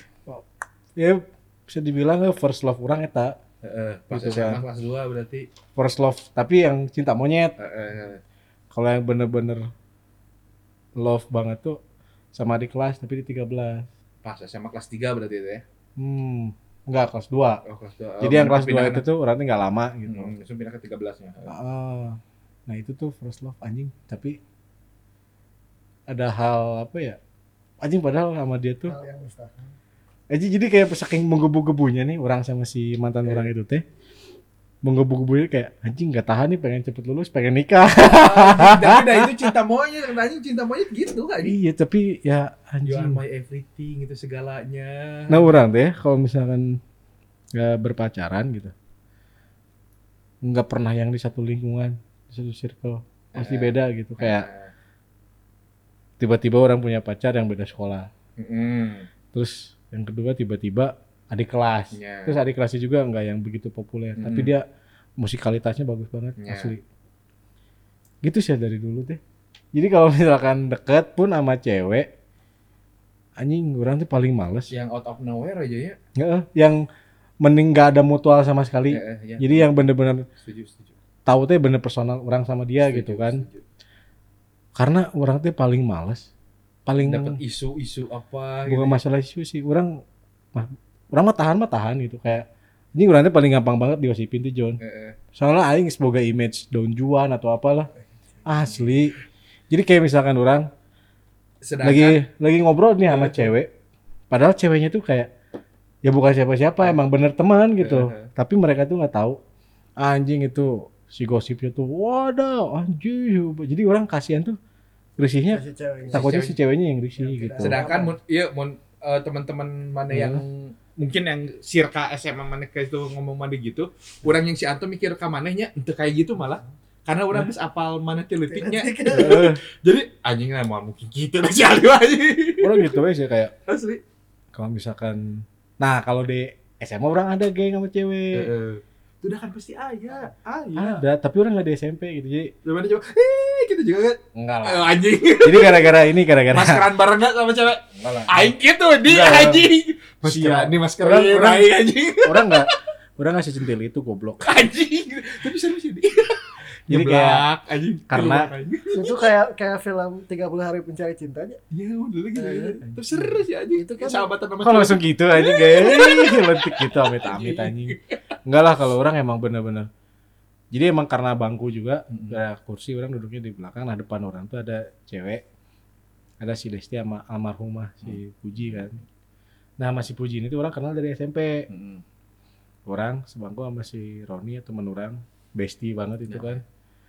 [SPEAKER 3] Ya bisa dibilang eh, first love orang eta
[SPEAKER 2] Heeh, pas
[SPEAKER 3] Gitu
[SPEAKER 2] S M A
[SPEAKER 3] kan.
[SPEAKER 2] kelas dua berarti.
[SPEAKER 3] first love tapi yang cinta monyet.
[SPEAKER 2] Heeh.
[SPEAKER 3] Kalau yang bener-bener love banget tuh sama di kelas tapi di tiga belas.
[SPEAKER 2] Pas S M A kelas tiga berarti itu ya.
[SPEAKER 3] Hmm, enggak kelas dua.
[SPEAKER 2] Oh, kelas dua.
[SPEAKER 3] Jadi yang kelas dua itu tuh orangnya enggak lama gitu.
[SPEAKER 2] Hmm, langsung pindah ke tiga belas-nya.
[SPEAKER 3] Ah, nah itu tuh first love anjing tapi ada hal apa ya? Anjing padahal sama dia tuh
[SPEAKER 1] Hal yang mustahil.
[SPEAKER 3] anjing jadi kayak saking menggebu-gebunya nih orang sama si mantan
[SPEAKER 2] Iya.
[SPEAKER 3] orang itu teh. Menggebu-gebunya kayak anjing enggak tahan nih pengen cepet lulus, pengen nikah.
[SPEAKER 2] Tapi dah itu cinta monyet, anjing cinta monyet gitu kan.
[SPEAKER 3] Iya, tapi ya
[SPEAKER 2] You are
[SPEAKER 3] anjing.
[SPEAKER 2] my everything itu segalanya.
[SPEAKER 3] Nah orang teh kalau misalkan nggak berpacaran gitu nggak pernah yang di satu lingkungan di satu circle pasti
[SPEAKER 2] Eh.
[SPEAKER 3] beda gitu kayak
[SPEAKER 2] Nah,
[SPEAKER 3] tiba-tiba orang punya pacar yang beda sekolah
[SPEAKER 2] mm-mm.
[SPEAKER 3] terus yang kedua tiba-tiba adik kelas
[SPEAKER 2] Ya.
[SPEAKER 3] terus adik kelasnya juga nggak yang begitu populer
[SPEAKER 2] Mm.
[SPEAKER 3] tapi dia musikalitasnya bagus banget
[SPEAKER 2] Ya.
[SPEAKER 3] asli gitu sih dari dulu teh jadi kalau misalkan deket pun sama cewek anjing orang tuh paling males
[SPEAKER 2] Yang out of nowhere aja ya.
[SPEAKER 3] Nggak, yang mending nggak ada mutual sama sekali.
[SPEAKER 2] Eh, eh, ya.
[SPEAKER 3] Jadi yang bener-bener
[SPEAKER 2] setuju setuju.
[SPEAKER 3] tahu teh bener personal orang sama dia
[SPEAKER 2] Setuju,
[SPEAKER 3] gitu kan.
[SPEAKER 2] setuju.
[SPEAKER 3] Karena orang teh paling males. Paling
[SPEAKER 2] Dapat isu-isu apa
[SPEAKER 3] bukan
[SPEAKER 2] gitu.
[SPEAKER 3] masalah isu sih. Orang mah orang mah tahan mah tahan gitu kayak ini orang teh paling gampang banget digosipin tuh John.
[SPEAKER 2] Eh, eh.
[SPEAKER 3] Soalnya aing semoga image daun juan atau apalah. Asli. Jadi kayak misalkan orang
[SPEAKER 2] Sedangkan
[SPEAKER 3] lagi lagi ngobrol nih sama cewek. Padahal ceweknya tuh kayak ya bukan siapa-siapa emang bener teman gitu.
[SPEAKER 2] Eh, eh.
[SPEAKER 3] Tapi mereka tuh nggak tahu anjing itu si gosipnya tuh waduh anjing. Jadi orang kasihan tuh risihnya
[SPEAKER 1] Si ceweknya.
[SPEAKER 3] takutnya
[SPEAKER 2] cewek-
[SPEAKER 3] si ceweknya yang risih
[SPEAKER 1] Yang
[SPEAKER 3] gitu.
[SPEAKER 1] tidak-
[SPEAKER 2] sedangkan mun, iya mun eh, teman-teman mana
[SPEAKER 3] Hmm.
[SPEAKER 2] yang mungkin yang circa S M A mana kayak itu ngomong mana gitu, orang yang si Anto mikir ke manehnya itu kayak gitu malah. Karena orang bisa apal mana teletiknya.
[SPEAKER 3] Eh,
[SPEAKER 2] Jadi anjing lah mau mungkin gitu lah si Aldo anjing.
[SPEAKER 3] orang gitu aja kayak
[SPEAKER 2] Asli.
[SPEAKER 3] kalau misalkan nah kalau di S M A orang ada geng sama cewek.
[SPEAKER 2] Heeh. Itu udah kan pasti ayah, ayah.
[SPEAKER 3] Ada, tapi orang nggak di S M P gitu. Jadi
[SPEAKER 2] Cuman coba, eh gitu juga kan.
[SPEAKER 3] enggak lah.
[SPEAKER 2] Eh, anjing.
[SPEAKER 3] Jadi gara-gara ini gara-gara
[SPEAKER 2] Maskeran bareng gak sama cewek?
[SPEAKER 3] enggak lah.
[SPEAKER 2] Aing gitu di
[SPEAKER 3] Enggak.
[SPEAKER 2] anjing.
[SPEAKER 3] Siap.
[SPEAKER 2] Maskeran ini maskeran
[SPEAKER 3] Orang- orang-
[SPEAKER 2] aing anjing.
[SPEAKER 3] Orang nggak orang nggak secentil itu goblok.
[SPEAKER 2] Anjing. Tapi serius ini.
[SPEAKER 3] Jadi
[SPEAKER 2] Nyeblak, anjing.
[SPEAKER 3] karena-
[SPEAKER 2] Keluar, anjing.
[SPEAKER 1] Itu kayak kayak film tiga puluh hari pencari cintanya.
[SPEAKER 2] Iya udah lagi
[SPEAKER 1] Iya, iya.
[SPEAKER 2] Terus seru sih anjing.
[SPEAKER 1] Itu kan-
[SPEAKER 2] sahabatan sama
[SPEAKER 3] Kok
[SPEAKER 2] cewek.
[SPEAKER 3] langsung gitu anjing kayak lentik gitu amit-amit anjing. Enggak lah kalau orang emang bener-bener. Jadi emang karena bangku juga,
[SPEAKER 2] Mm-mm.
[SPEAKER 3] ada kursi orang duduknya di belakang, nah depan orang tuh ada cewek. Ada si Desti sama almarhumah si Puji kan. Nah sama si Puji ini tuh orang kenal dari S M P.
[SPEAKER 2] Mm-mm.
[SPEAKER 3] Orang sebangku sama si Roni temen orang, bestie banget itu
[SPEAKER 2] Ya.
[SPEAKER 3] kan.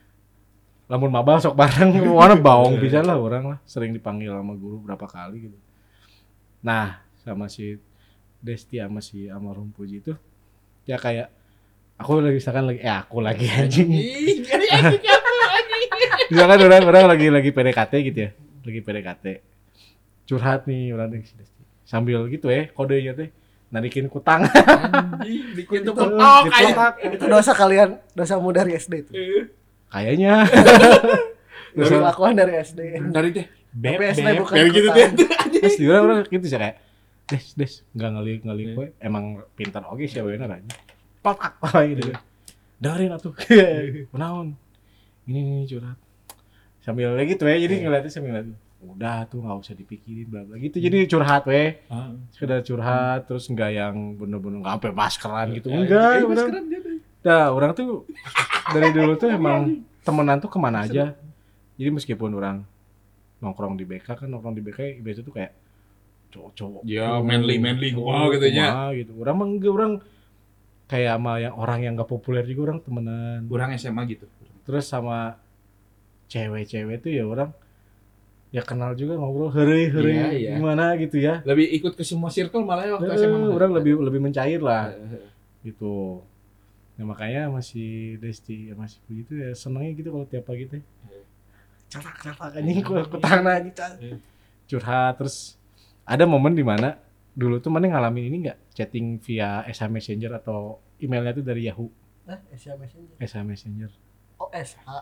[SPEAKER 3] Lamun mabal sok bareng, warna bawang bisa lah orang lah. Sering dipanggil sama guru berapa kali gitu. Nah sama si Desti sama si almarhum Puji itu ya kayak aku lagi misalkan lagi eh aku lagi anjing
[SPEAKER 2] Ih, jadi anjing kamu anjing.
[SPEAKER 3] Misalkan orang orang lagi lagi P D K T gitu ya, lagi P D K T, curhat nih orang nih sambil gitu ya kodenya teh narikin kutang.
[SPEAKER 2] Anjing, bikin tuh
[SPEAKER 1] Itu-
[SPEAKER 2] oh kayak
[SPEAKER 3] Dikotak.
[SPEAKER 1] Itu dosa kalian, dosamu dari S D itu.
[SPEAKER 3] Kayaknya.
[SPEAKER 1] Dosa
[SPEAKER 3] Dosa
[SPEAKER 1] kelakuan dari S D.
[SPEAKER 2] dari teh beb
[SPEAKER 1] Tapi S D
[SPEAKER 2] beb
[SPEAKER 1] bukan
[SPEAKER 2] kayak gitu
[SPEAKER 1] ikutan.
[SPEAKER 2] teh.
[SPEAKER 3] terus di orang orang gitu sih kayak des des nggak ngelik ngelik gue emang pintar oke sih bener aja. Patak gitu. Dengerin atuh. Kenaon. Ini nih curhat. Sambil kayak gitu ya, jadi ngeliatnya sambil ngeliat. Udah tuh nggak usah dipikirin bla bla gitu. Jadi curhat weh.
[SPEAKER 2] Ah.
[SPEAKER 3] Sekedar curhat terus nggak yang bener-bener nggak sampai maskeran gitu.
[SPEAKER 2] Eh,
[SPEAKER 3] Enggak,
[SPEAKER 2] eh,
[SPEAKER 3] orang.
[SPEAKER 2] maskeran dia teh.
[SPEAKER 3] Nah, orang tuh dari dulu tuh emang temenan tuh kemana aja. Jadi meskipun orang nongkrong di B K kan nongkrong di B K biasa tuh kayak cowok-cowok.
[SPEAKER 2] Ya, manly-manly kumaha gitu nya.
[SPEAKER 3] Kumaha gitu. Orang mah enggak, orang kayak sama yang orang yang enggak populer juga orang temenan.
[SPEAKER 2] Urang S M A gitu.
[SPEAKER 3] Terus sama cewek-cewek tuh ya orang ya kenal juga ngobrol heureuy-heureuy
[SPEAKER 2] Iya, iya.
[SPEAKER 3] gimana gitu ya.
[SPEAKER 2] Lebih ikut ke semua circle malah ya waktu
[SPEAKER 3] Eh,
[SPEAKER 2] S M A.
[SPEAKER 3] orang lebih lebih mencair lah
[SPEAKER 2] Eh,
[SPEAKER 3] gitu. Nah makanya masih Desti ya masih begitu ya senengnya gitu kalau tiap pagi teh. Catak-catak anjing ku kutang anjing
[SPEAKER 2] Eh.
[SPEAKER 3] curhat terus ada momen di mana dulu tuh mana ngalamin ini enggak chatting via S M Messenger atau emailnya tuh dari Yahoo
[SPEAKER 1] Eh, S M Messenger.
[SPEAKER 3] S M Messenger
[SPEAKER 1] Oh, S H.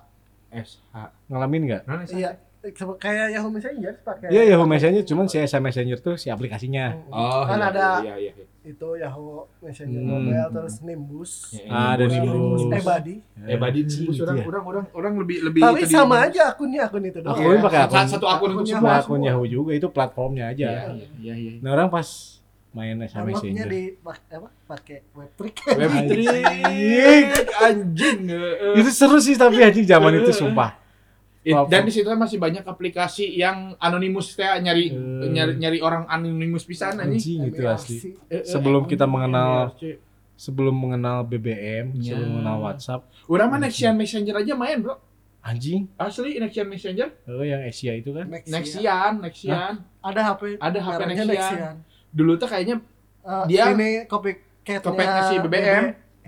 [SPEAKER 2] S H.
[SPEAKER 3] ngalamin nggak?
[SPEAKER 2] Non S H.
[SPEAKER 1] Iya, sama kayak Yahoo Messenger pakai.
[SPEAKER 3] Iya Yahoo Messenger cuman si S M Messenger tuh si aplikasinya.
[SPEAKER 2] Oh,
[SPEAKER 1] kan
[SPEAKER 2] iya,
[SPEAKER 1] ada
[SPEAKER 2] iya iya iya.
[SPEAKER 1] itu Yahoo Messenger
[SPEAKER 3] Hmm.
[SPEAKER 1] mobile terus Nimbus.
[SPEAKER 2] Iya,
[SPEAKER 3] Ah, ada
[SPEAKER 1] Nimbus,
[SPEAKER 3] Nimbus.
[SPEAKER 1] eh Badi.
[SPEAKER 2] Eh badi
[SPEAKER 3] Anjing,
[SPEAKER 2] Nimbus
[SPEAKER 3] gitu
[SPEAKER 2] orang
[SPEAKER 3] ya.
[SPEAKER 2] orang orang orang lebih lebih
[SPEAKER 1] Tapi
[SPEAKER 2] itu di-
[SPEAKER 1] sama aja akunnya akun itu doang.
[SPEAKER 3] Akun pakai akun.
[SPEAKER 2] Satu akun untuk
[SPEAKER 1] Akunnya
[SPEAKER 2] semua.
[SPEAKER 3] Nah, akun Yahoo juga itu platformnya
[SPEAKER 2] Iya
[SPEAKER 3] aja.
[SPEAKER 2] iya iya iya.
[SPEAKER 3] Nah orang pas main S M
[SPEAKER 1] Downloadnya
[SPEAKER 3] Messenger.
[SPEAKER 1] di pak- apa? Pakai web trick.
[SPEAKER 2] Web
[SPEAKER 3] Anjing.
[SPEAKER 2] trick anjing. eh.
[SPEAKER 3] Itu seru sih tapi anjing zaman itu sumpah.
[SPEAKER 2] It-
[SPEAKER 3] Platform.
[SPEAKER 2] dan di situ masih banyak aplikasi yang anonimus teh nyari
[SPEAKER 3] Eh.
[SPEAKER 2] nyari nyari orang anonimus pisan anjing.
[SPEAKER 3] Anjing itu
[SPEAKER 1] M I R C.
[SPEAKER 3] asli.
[SPEAKER 2] Eh, eh,
[SPEAKER 3] Sebelum kita
[SPEAKER 2] anjing,
[SPEAKER 3] mengenal-
[SPEAKER 2] M I R C.
[SPEAKER 3] Sebelum mengenal B B M,
[SPEAKER 2] Ya.
[SPEAKER 3] sebelum mengenal WhatsApp,
[SPEAKER 2] Urang mah Nexian Messenger aja main, Bro.
[SPEAKER 3] anjing.
[SPEAKER 2] Asli Nexian Messenger.
[SPEAKER 3] Oh yang Asia itu kan?
[SPEAKER 1] Nexian.
[SPEAKER 2] Nexian, Nexian.
[SPEAKER 1] Ada H P.
[SPEAKER 2] Ada H P
[SPEAKER 1] merahnya
[SPEAKER 2] Nexian. Dulu tuh kayaknya
[SPEAKER 1] Eh,
[SPEAKER 2] Dia-
[SPEAKER 1] ini copy cat
[SPEAKER 2] Copycat si B B M.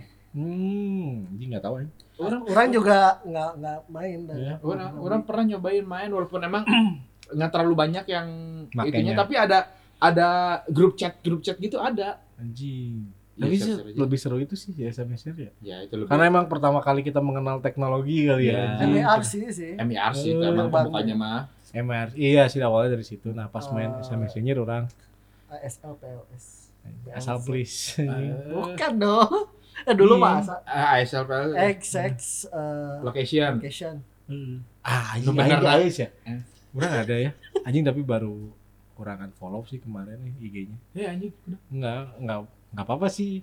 [SPEAKER 3] Hmm, anjing nggak tahu anjing.
[SPEAKER 2] orang
[SPEAKER 1] Orang juga nggak nggak main dan
[SPEAKER 3] Ya,
[SPEAKER 2] orang orang pernah nyobain main walaupun emang nggak terlalu banyak yang
[SPEAKER 3] Makanya.
[SPEAKER 2] itunya tapi ada ada grup chat grup chat gitu ada.
[SPEAKER 3] Anjing.
[SPEAKER 2] Iya,
[SPEAKER 3] Tapi sih
[SPEAKER 2] seru-seru aja.
[SPEAKER 3] lebih seru itu sih ya S M S ya.
[SPEAKER 2] Ya itu lebih
[SPEAKER 3] Karena emang pertama kali kita mengenal teknologi kali
[SPEAKER 2] Ya.
[SPEAKER 3] ya.
[SPEAKER 1] M I R
[SPEAKER 3] anjing.
[SPEAKER 1] C sih.
[SPEAKER 2] M I R C itu
[SPEAKER 3] Eh,
[SPEAKER 2] emang
[SPEAKER 1] bang.
[SPEAKER 2] pembukanya mah.
[SPEAKER 3] M R, iya sih awalnya dari situ. Nah pas main
[SPEAKER 1] Oh.
[SPEAKER 3] S M Messenger orang
[SPEAKER 1] A S L P L S.
[SPEAKER 3] asal please.
[SPEAKER 1] Bukan dong. Eh dulu
[SPEAKER 3] Iya.
[SPEAKER 1] masa
[SPEAKER 2] Ah, A S L P L
[SPEAKER 1] X X eh,
[SPEAKER 2] location.
[SPEAKER 1] location.
[SPEAKER 3] Hmm. Ah,
[SPEAKER 2] Lu
[SPEAKER 3] anjing
[SPEAKER 2] bener,
[SPEAKER 3] anjing
[SPEAKER 2] Nak.
[SPEAKER 3] guys ya.
[SPEAKER 2] Eh.
[SPEAKER 3] Kurang ada ya. Anjing tapi baru kurangan follow sih kemarin nih I G-nya.
[SPEAKER 2] Ya anjing udah.
[SPEAKER 3] Enggak, enggak enggak apa-apa sih.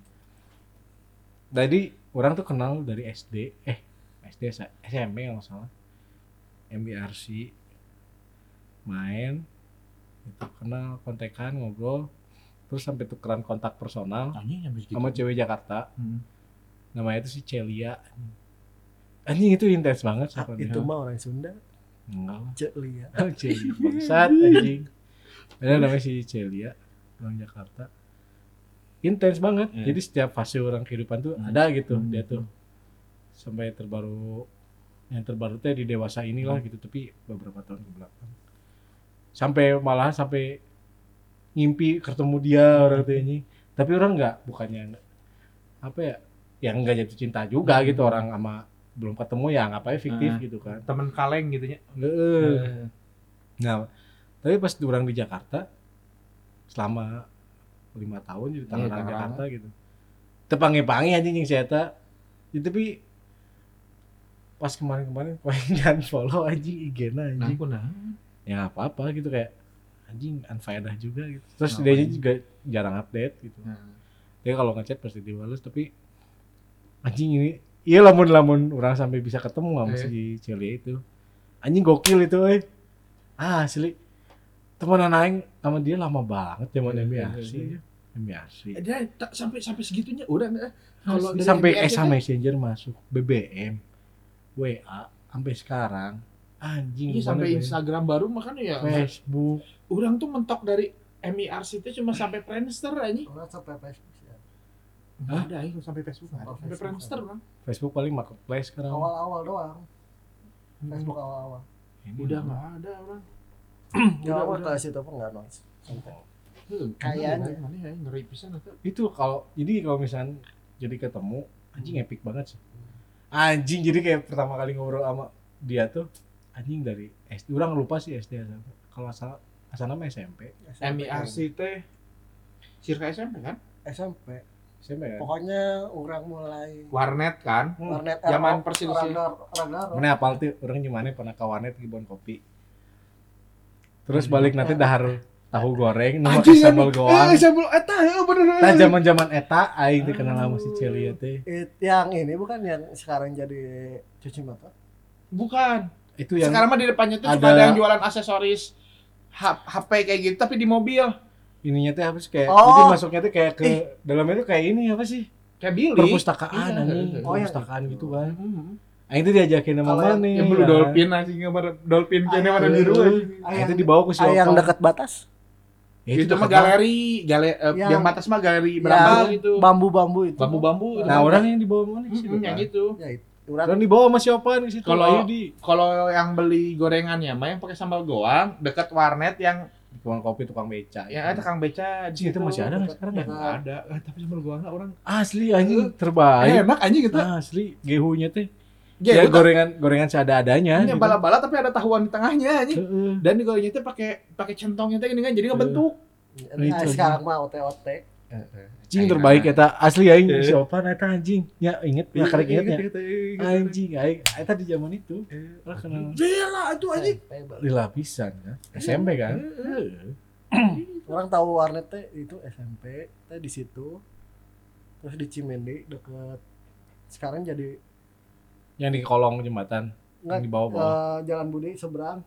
[SPEAKER 3] Tadi orang tuh kenal dari S D, eh S D S M P kalau nggak salah. M I R C main itu kenal kontekan ngobrol terus sampai tukeran kontak personal
[SPEAKER 2] Anjing habis gitu.
[SPEAKER 3] sama cewek Jakarta
[SPEAKER 2] Hmm.
[SPEAKER 3] namanya itu si Celia anjing itu intens banget
[SPEAKER 1] Ah,
[SPEAKER 3] siapa
[SPEAKER 1] itu mah orang Sunda.
[SPEAKER 3] enggak lah
[SPEAKER 1] Celia.
[SPEAKER 3] Celia bangsat anjing ada namanya si Celia orang Jakarta intens banget
[SPEAKER 2] Hmm.
[SPEAKER 3] jadi setiap fase orang kehidupan tuh
[SPEAKER 2] Hmm.
[SPEAKER 3] ada gitu
[SPEAKER 2] Hmm.
[SPEAKER 3] dia tuh sampai terbaru yang terbaru teh di dewasa inilah
[SPEAKER 2] Hmm.
[SPEAKER 3] gitu tapi beberapa tahun ke belakang sampai malahan sampai ngimpi ketemu dia orang tuh ini tapi orang nggak bukannya nggak- apa ya yang nggak jatuh cinta juga gitu orang sama belum ketemu ya ngapain fiktif
[SPEAKER 2] Hmm.
[SPEAKER 3] gitu kan
[SPEAKER 2] Temen kaleng gitu nya.
[SPEAKER 3] Heeh. Nah, tapi pas orang di Jakarta selama lima tahun jadi tangan
[SPEAKER 2] Iya, tangan
[SPEAKER 3] Jakarta gitu. Tepangi-pangi anjing yang saya tak. Ya, tapi pas kemarin-kemarin paling jangan follow anjing I G-na
[SPEAKER 2] Nah,
[SPEAKER 3] anjing.
[SPEAKER 2] aku nah.
[SPEAKER 3] Ya nggak apa-apa gitu kayak anjing unfaedah juga gitu. Terus
[SPEAKER 2] Ngapain?
[SPEAKER 3] dia juga jarang update gitu.
[SPEAKER 2] Nah.
[SPEAKER 3] Dia kalau ngechat pasti dibalas tapi anjing ini iya lamun-lamun orang sampai bisa ketemu sama
[SPEAKER 2] Eh.
[SPEAKER 3] si Celia itu. Anjing gokil itu eh. Ah, asli. Temenan aing sama dia lama banget zaman
[SPEAKER 2] Eh,
[SPEAKER 3] M I
[SPEAKER 2] eh,
[SPEAKER 3] R C.
[SPEAKER 2] eh.
[SPEAKER 3] M I R C.
[SPEAKER 2] Dia tak sampai sampai segitunya udah enggak. Kalau
[SPEAKER 3] Asli,
[SPEAKER 2] dari
[SPEAKER 3] sampai
[SPEAKER 2] M I R C
[SPEAKER 3] S M
[SPEAKER 2] teh,
[SPEAKER 3] Messenger masuk, B B M, W A sampai sekarang. Anjing.
[SPEAKER 2] iya,
[SPEAKER 3] gimana
[SPEAKER 2] sampai
[SPEAKER 3] gue?
[SPEAKER 2] Instagram baru makanya ya.
[SPEAKER 3] Facebook.
[SPEAKER 2] Orang tuh mentok dari M I R C itu cuma sampai Friendster anjing.
[SPEAKER 1] Orang sampai Facebook sih.
[SPEAKER 2] Enggak ada, ya, sampai Facebook. Enggak ada.
[SPEAKER 1] Oh,
[SPEAKER 2] Sampai
[SPEAKER 1] Facebook.
[SPEAKER 2] Friendster, Bang.
[SPEAKER 3] Facebook paling marketplace sekarang.
[SPEAKER 1] Awal-awal doang. Facebook awal-awal.
[SPEAKER 3] Ini
[SPEAKER 2] Udah nggak ada orang.
[SPEAKER 1] Ya
[SPEAKER 2] Udah,
[SPEAKER 1] awal
[SPEAKER 2] udah.
[SPEAKER 1] ke situ pun nggak noise. Sampai.
[SPEAKER 2] Hmm,
[SPEAKER 1] Kayaknya.
[SPEAKER 2] Mana ya ngeri pisan atau?
[SPEAKER 3] itu kalau jadi kalau misalnya jadi ketemu anjing epic banget sih. Anjing jadi kayak pertama kali ngobrol sama dia tuh anjing dari S D. Orang lupa sih S D S M P. Kalau asal asal nama S M P.
[SPEAKER 2] M I R C teh Circa S M P kan?
[SPEAKER 1] S M P.
[SPEAKER 3] S M P kan.
[SPEAKER 1] Pokoknya orang mulai
[SPEAKER 2] Warnet kan?
[SPEAKER 3] Hmm.
[SPEAKER 1] warnet
[SPEAKER 2] Zaman
[SPEAKER 1] Erop,
[SPEAKER 2] perselisihan.
[SPEAKER 1] Ragnarok, Ragnarok.
[SPEAKER 3] Mana apal tuh orang gimana pernah ke warnet gibon kopi. Terus balik nanti dahar tahu goreng nu make sambal goang.
[SPEAKER 2] Eh, sambal eta heuh bener.
[SPEAKER 3] Tah zaman-zaman eta aing teh kenal sama si Celia teh.
[SPEAKER 1] It, yang ini bukan yang sekarang jadi cuci motor.
[SPEAKER 2] Bukan.
[SPEAKER 3] Itu yang
[SPEAKER 2] Sekarang mah di depannya tuh
[SPEAKER 3] ada-
[SPEAKER 2] cuma ada yang jualan aksesoris H- HP kayak gitu tapi di mobil.
[SPEAKER 3] ininya teh apa sih kayak
[SPEAKER 1] Oh.
[SPEAKER 3] jadi masuknya tuh kayak ke dalamnya tuh kayak ini apa sih?
[SPEAKER 2] Kayak Billy.
[SPEAKER 3] Perpustakaan
[SPEAKER 2] Iya.
[SPEAKER 3] anjing,
[SPEAKER 1] Oh, yang
[SPEAKER 3] perpustakaan
[SPEAKER 1] itu.
[SPEAKER 3] gitu kan.
[SPEAKER 2] Mhm.
[SPEAKER 3] Aing tuh diajakin sama
[SPEAKER 1] Kalau yang-
[SPEAKER 3] mana?
[SPEAKER 2] Yang blue dolphin anjing warna dolphin kene warna biru anjing.
[SPEAKER 3] Aing tuh dibawa ke si
[SPEAKER 1] Ah, yang
[SPEAKER 3] Opa.
[SPEAKER 1] dekat batas.
[SPEAKER 3] Ya,
[SPEAKER 2] Itu mah
[SPEAKER 3] dekat
[SPEAKER 2] galeri, galeri
[SPEAKER 1] Yang-
[SPEAKER 2] yang batas mah galeri berapa
[SPEAKER 1] Yang
[SPEAKER 2] gitu.
[SPEAKER 1] Bambu-bambu itu.
[SPEAKER 2] Bambu-bambu.
[SPEAKER 3] banget. Nah, orang yang dibawa mana sih?
[SPEAKER 2] Mhm, yang itu.
[SPEAKER 1] Ya itu. Orang
[SPEAKER 3] Orang dibawa sama si Opa di situ.
[SPEAKER 2] Kalau-
[SPEAKER 3] Ayo di
[SPEAKER 2] Kalau yang beli gorengannya mah yang pakai sambal goang dekat warnet yang
[SPEAKER 3] tukang kopi, tukang beca.
[SPEAKER 2] yang ada Kang Beca
[SPEAKER 3] Anjing, itu masih ada nggak sekarang ya?
[SPEAKER 2] Nggak ada. Eh, tapi sambal goang orang
[SPEAKER 3] Asli anjing terbaik.
[SPEAKER 2] enak anjing gitu.
[SPEAKER 3] Asli gehunya teh.
[SPEAKER 2] Ya,
[SPEAKER 3] Ya,
[SPEAKER 2] itu
[SPEAKER 3] gorengan gorengan seada-adanya.
[SPEAKER 2] ini
[SPEAKER 3] gitu.
[SPEAKER 2] bala-bala tapi ada tahuan di tengahnya anjing.
[SPEAKER 3] Heeh.
[SPEAKER 2] Dan di gorengnya itu pakai pakai centongnya teh gini kan jadi ngebentuk.
[SPEAKER 1] nah,
[SPEAKER 3] Itu,
[SPEAKER 1] sekarang mah O T O T.
[SPEAKER 3] Anjing terbaik eta asli aing
[SPEAKER 2] Eh.
[SPEAKER 3] si Opa eta anjing. Ya inget ya karek inget ya.
[SPEAKER 2] Anjing.
[SPEAKER 3] Anjing aing eta di zaman itu. Orang kenal
[SPEAKER 2] Gila itu anjing.
[SPEAKER 1] S M P baru.
[SPEAKER 3] di lapisan kan. S M P kan. Heeh.
[SPEAKER 1] Orang tahu warnet teh itu S M P teh di situ. Terus di Cimende deket sekarang jadi
[SPEAKER 3] Yang di kolong jembatan.
[SPEAKER 1] enggak
[SPEAKER 3] Yang di bawah-bawah.
[SPEAKER 1] eh, Jalan Budi seberang,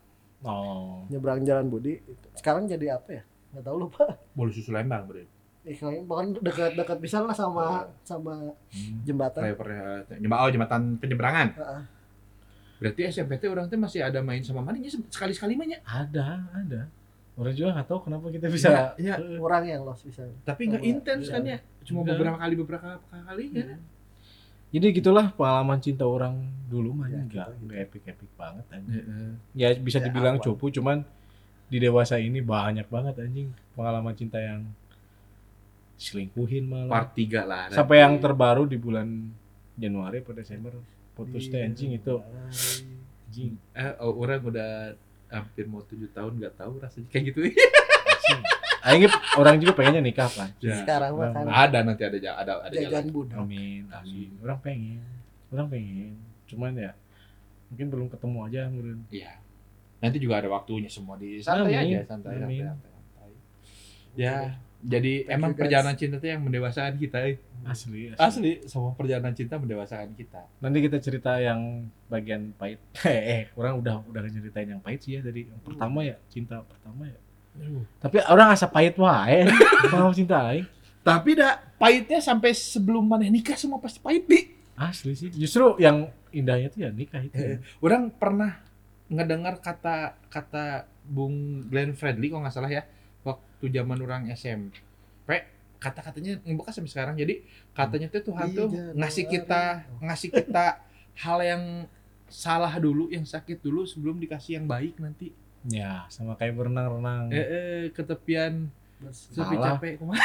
[SPEAKER 3] Oh.
[SPEAKER 1] nyebrang Jalan Budi. Itu. Sekarang jadi apa ya? Enggak tahu lupa.
[SPEAKER 2] Bolu susu Lembang berarti.
[SPEAKER 1] Eh, kayaknya bahkan dekat-dekat bisa lah sama sama
[SPEAKER 3] Hmm.
[SPEAKER 1] jembatan.
[SPEAKER 2] Flyover jembatan oh jembatan penyeberangan.
[SPEAKER 1] Heeh.
[SPEAKER 2] Berarti S M P teh orang teh masih ada main sama mananya sekali-sekali mah nya.
[SPEAKER 3] Ada, ada. Orang juga nggak tahu kenapa kita bisa.
[SPEAKER 2] Iya.
[SPEAKER 3] Heeh.
[SPEAKER 1] Orang yang los bisa.
[SPEAKER 2] Tapi nggak
[SPEAKER 1] Iya.
[SPEAKER 2] intens kan ya. Cuma
[SPEAKER 3] Enggak.
[SPEAKER 2] beberapa kali beberapa kali kan.
[SPEAKER 3] Jadi gitulah pengalaman cinta orang dulu mah
[SPEAKER 1] Ya,
[SPEAKER 3] enggak
[SPEAKER 1] gitu,
[SPEAKER 3] enggak epic-epic banget anjing.
[SPEAKER 2] Heeh.
[SPEAKER 3] Ya bisa
[SPEAKER 1] Ya,
[SPEAKER 3] dibilang
[SPEAKER 1] awal.
[SPEAKER 3] cupu cuman di dewasa ini banyak banget anjing pengalaman cinta yang selingkuhin malah.
[SPEAKER 2] Part tiga lah.
[SPEAKER 3] Sampai yang terbaru di bulan Januari atau Desember putus teh anjing itu anjing.
[SPEAKER 2] eh oh, orang udah hampir mau tujuh tahun nggak tahu rasanya kayak gitu.
[SPEAKER 3] anjing. Aing orang juga pengennya nikah kan.
[SPEAKER 2] Ya.
[SPEAKER 1] Sekarang mah kan
[SPEAKER 2] Ada nanti ada ja- ada ada
[SPEAKER 1] jajan
[SPEAKER 2] jalan.
[SPEAKER 1] budak.
[SPEAKER 3] Amin, amin. Orang pengen, orang pengen. Cuman ya mungkin belum ketemu aja mungkin.
[SPEAKER 2] Iya. Nanti juga ada waktunya semua di santai
[SPEAKER 3] Amin.
[SPEAKER 2] aja, santai, santai,
[SPEAKER 3] Amin.
[SPEAKER 2] santai, santai. Ya, jadi
[SPEAKER 1] Thank
[SPEAKER 2] emang
[SPEAKER 1] you, guys.
[SPEAKER 2] perjalanan cinta itu yang mendewasakan kita. eh.
[SPEAKER 3] Asli, asli.
[SPEAKER 2] Asli, semua perjalanan cinta mendewasakan kita.
[SPEAKER 3] Nanti kita cerita yang bagian pahit. Eh, eh, orang udah udah ceritain yang pahit sih ya dari yang pertama ya, cinta pertama ya. Tapi orang asa pahit wae. Mau cinta aing.
[SPEAKER 2] Tapi dah pahitnya sampai sebelum mana nikah semua pasti pahit di.
[SPEAKER 3] Asli sih. Justru yang indahnya tuh ya nikah itu. ya.
[SPEAKER 2] Orang pernah ngedengar kata kata Bung Glenn Fredly kalau nggak salah ya waktu zaman orang S M P kata-katanya ngebekas sampai sekarang. Jadi katanya tuh Tuhan
[SPEAKER 1] Di
[SPEAKER 2] tuh
[SPEAKER 1] Januari.
[SPEAKER 2] ngasih kita ngasih kita hal yang salah dulu, yang sakit dulu sebelum dikasih yang baik nanti.
[SPEAKER 3] Ya, sama kayak berenang-renang.
[SPEAKER 2] Eh, eh ke tepian sepi
[SPEAKER 3] Salah.
[SPEAKER 2] capek kumaha.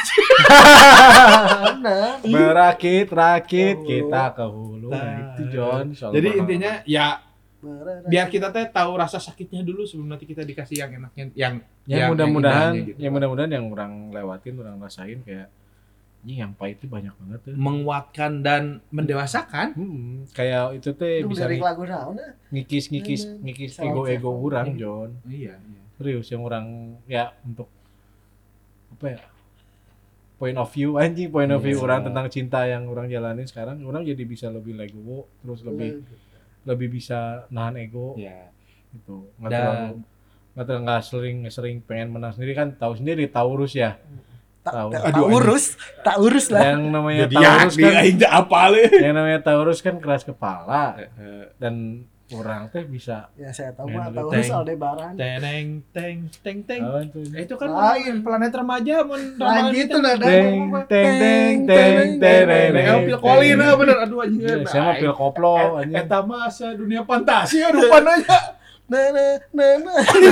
[SPEAKER 1] Benar.
[SPEAKER 3] Berakit-rakit
[SPEAKER 1] Ke hulu.
[SPEAKER 3] kita ke hulu. Nah,
[SPEAKER 2] Nah,
[SPEAKER 3] itu John. soal
[SPEAKER 2] Jadi
[SPEAKER 3] berenang.
[SPEAKER 2] intinya ya
[SPEAKER 1] Benar.
[SPEAKER 2] biar kita teh tahu rasa sakitnya dulu sebelum nanti kita dikasih yang enaknya yang
[SPEAKER 3] yang
[SPEAKER 2] yang-
[SPEAKER 3] mudah-mudahan
[SPEAKER 2] yang indahnya gitu.
[SPEAKER 3] yang mudah-mudahan yang orang lewatin, orang rasain kayak ini yang pahit itu banyak banget tuh.
[SPEAKER 2] menguatkan dan mendewasakan.
[SPEAKER 3] Hmm, kayak itu teh
[SPEAKER 1] Itu
[SPEAKER 3] bisa
[SPEAKER 1] dari
[SPEAKER 3] ngi-
[SPEAKER 1] lagu naon nah?
[SPEAKER 3] ngikis-ngikis
[SPEAKER 1] Bener.
[SPEAKER 3] ngikis
[SPEAKER 1] Salah
[SPEAKER 3] ego-ego
[SPEAKER 1] satu.
[SPEAKER 3] orang, John.
[SPEAKER 2] Iya, iya.
[SPEAKER 3] Serius yang orang ya untuk apa ya? Point of view anjing, point of view
[SPEAKER 2] Iya.
[SPEAKER 3] orang tentang cinta yang orang jalanin sekarang, orang jadi bisa lebih legowo, terus lebih lebih bisa nahan ego
[SPEAKER 2] Iya.
[SPEAKER 3] gitu. Nggak
[SPEAKER 2] Dan-
[SPEAKER 3] terlalu nggak terlalu nggak sering sering pengen menang sendiri kan, tahu sendiri Taurus ya.
[SPEAKER 1] Tak
[SPEAKER 3] Tahu.
[SPEAKER 1] tak
[SPEAKER 2] Aduh,
[SPEAKER 1] urus, tak urus lah.
[SPEAKER 3] Yang namanya
[SPEAKER 2] Jadi ya,
[SPEAKER 3] Taurus kan
[SPEAKER 2] aing teh apa le?
[SPEAKER 3] yang namanya Taurus kan keras kepala dan orang teh bisa.
[SPEAKER 1] Ya saya tahu
[SPEAKER 3] Men,
[SPEAKER 1] mah tahu
[SPEAKER 2] teng.
[SPEAKER 1] Aldebaran.
[SPEAKER 2] Teneng teng teng teng.
[SPEAKER 3] Awan tuh.
[SPEAKER 2] Eh, itu kan
[SPEAKER 1] Lain.
[SPEAKER 2] planet remaja mun
[SPEAKER 1] Lain
[SPEAKER 2] ramalan
[SPEAKER 1] gitu
[SPEAKER 2] kita.
[SPEAKER 1] nada.
[SPEAKER 3] Teng teng teng teng teng
[SPEAKER 2] Eh, Phil Collins ah, bener aduh anjing.
[SPEAKER 3] Iya, saya mah pil koplo anjing.
[SPEAKER 2] Eta mah asa dunia fantasi ya rupana nya.
[SPEAKER 1] Na na na na.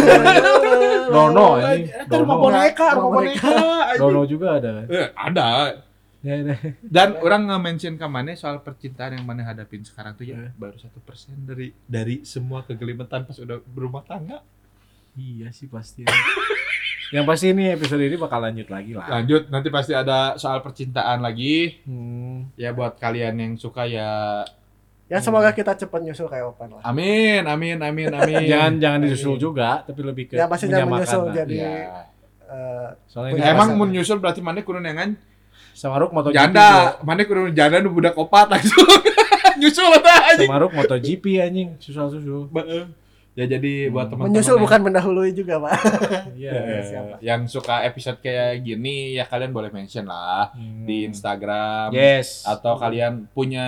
[SPEAKER 3] Dono anjing.
[SPEAKER 2] Eta rumah boneka, rumah boneka. anjing.
[SPEAKER 3] Dono juga ada kan.
[SPEAKER 2] Eh, ada.
[SPEAKER 3] Ya, ya.
[SPEAKER 2] Dan orang nge-mention ke mana soal percintaan yang mana hadapin sekarang tuh ya baru satu persen dari dari semua kegelimetan pas udah berumah tangga.
[SPEAKER 3] Iya sih pasti. Yang pasti ini episode ini bakal lanjut lagi lah.
[SPEAKER 2] Lanjut nanti pasti ada soal percintaan lagi.
[SPEAKER 3] Hmm.
[SPEAKER 2] Ya buat kalian yang suka ya.
[SPEAKER 1] Ya semoga kita cepat nyusul kayak Opan lah.
[SPEAKER 2] Amin, amin, amin, amin.
[SPEAKER 3] Jangan jangan disusul juga, tapi lebih ke
[SPEAKER 1] Ya maksudnya
[SPEAKER 3] menyamakan
[SPEAKER 1] menyusul
[SPEAKER 3] lah.
[SPEAKER 1] jadi
[SPEAKER 2] Ya.
[SPEAKER 1] eh,
[SPEAKER 3] Soalnya
[SPEAKER 1] punya
[SPEAKER 3] ini
[SPEAKER 2] Emang
[SPEAKER 1] pasangan.
[SPEAKER 2] mun nyusul berarti mana kudu nengan
[SPEAKER 3] Samaruk MotoGP.
[SPEAKER 2] janda, mana kudu janda nu budak opat langsung. Nyusul eta anjing.
[SPEAKER 3] Samaruk MotoGP anjing, susah-susah.
[SPEAKER 2] Ya jadi buat teman-teman
[SPEAKER 1] menyusul
[SPEAKER 2] yang-
[SPEAKER 1] bukan mendahului juga, Pak.
[SPEAKER 3] Iya.
[SPEAKER 2] Eh,
[SPEAKER 1] Siapa?
[SPEAKER 2] yang suka episode kayak gini ya kalian boleh mention lah
[SPEAKER 3] Hmm.
[SPEAKER 2] di Instagram
[SPEAKER 3] Yes.
[SPEAKER 2] atau kalian punya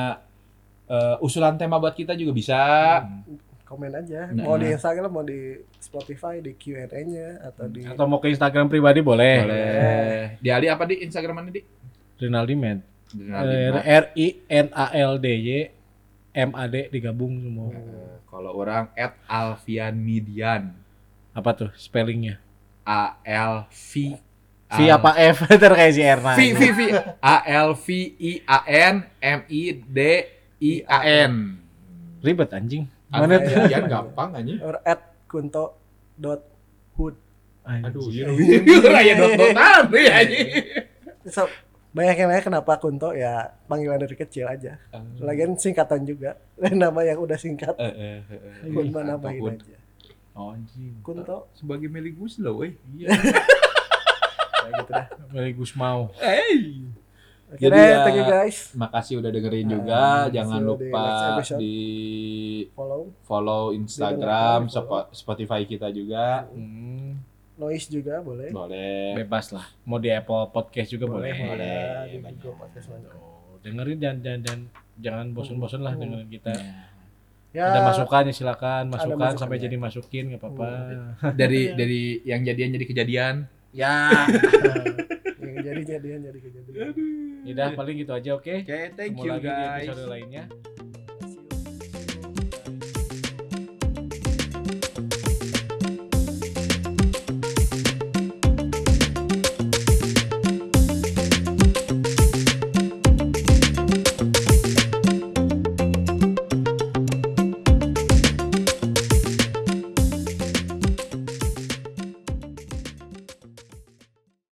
[SPEAKER 2] eh, usulan tema buat kita juga bisa.
[SPEAKER 1] Komen aja.
[SPEAKER 2] Nah.
[SPEAKER 1] Mau di Instagram, mau di Spotify, di Q and A-nya atau di
[SPEAKER 3] Atau mau ke Instagram pribadi boleh.
[SPEAKER 2] Boleh. Di Ali apa di Instagram mana di?
[SPEAKER 3] Rinaldi Med.
[SPEAKER 2] Rinaldi
[SPEAKER 3] Eh,
[SPEAKER 2] Mat.
[SPEAKER 3] R I N A L D Y M A D digabung semua.
[SPEAKER 2] Eh, Kalau orang at Alfian Midian.
[SPEAKER 3] Apa tuh spellingnya?
[SPEAKER 2] A L V
[SPEAKER 3] V apa F? Terkait si Erna.
[SPEAKER 2] V V V A L V I A N M I D I A N.
[SPEAKER 3] Ribet anjing. Mana tuh?
[SPEAKER 2] Alfian gampang anjing.
[SPEAKER 1] or at kunto dot hood.
[SPEAKER 2] Aduh, iya raya dot-dotan ya anjing.
[SPEAKER 1] So, banyak yang nanya kenapa Kunto, ya panggilan dari kecil aja. Lagian singkatan juga. Nama yang udah singkat.
[SPEAKER 2] Eh, eh, eh, eh.
[SPEAKER 1] Kun mah
[SPEAKER 2] Atau
[SPEAKER 1] nambahin
[SPEAKER 2] Kun.
[SPEAKER 1] aja.
[SPEAKER 3] Oh, anjing.
[SPEAKER 1] Kunto.
[SPEAKER 2] Sebagai Meli Guslow, eh.
[SPEAKER 3] Iya.
[SPEAKER 1] Kayak gitu dah.
[SPEAKER 3] Meli Gusmau.
[SPEAKER 2] Hey.
[SPEAKER 1] Oke
[SPEAKER 2] Jadi
[SPEAKER 1] deh,
[SPEAKER 2] ya,
[SPEAKER 1] thank you guys.
[SPEAKER 2] Makasih udah dengerin
[SPEAKER 1] Ah,
[SPEAKER 2] juga.
[SPEAKER 1] see
[SPEAKER 2] Jangan
[SPEAKER 1] you di
[SPEAKER 2] lupa
[SPEAKER 1] next episode.
[SPEAKER 2] di
[SPEAKER 1] Follow.
[SPEAKER 2] follow Instagram,
[SPEAKER 1] Didengarkan, di follow.
[SPEAKER 2] Spo- Spotify kita juga.
[SPEAKER 3] Hmm,
[SPEAKER 1] Noise juga boleh.
[SPEAKER 2] Boleh.
[SPEAKER 3] bebas lah. Mau di Apple Podcast juga boleh.
[SPEAKER 2] Boleh.
[SPEAKER 1] Ada di
[SPEAKER 2] banyak.
[SPEAKER 1] Google Podcast mana.
[SPEAKER 3] Oh, dengerin dan dan dan jangan bosan-bosan lah dengerin kita.
[SPEAKER 1] Ya,
[SPEAKER 3] Ada masukannya silakan,
[SPEAKER 1] Ada
[SPEAKER 3] masukan
[SPEAKER 1] masukannya.
[SPEAKER 3] sampai jadi masukin nggak apa-apa.
[SPEAKER 2] Dari dari yang jadian jadi kejadian.
[SPEAKER 3] Ya.
[SPEAKER 1] yang jadi jadian jadi kejadian.
[SPEAKER 3] Udah paling gitu aja oke.
[SPEAKER 2] Oke, thank
[SPEAKER 3] Ketemu
[SPEAKER 2] you
[SPEAKER 3] lagi di
[SPEAKER 2] guys.
[SPEAKER 3] episode lainnya.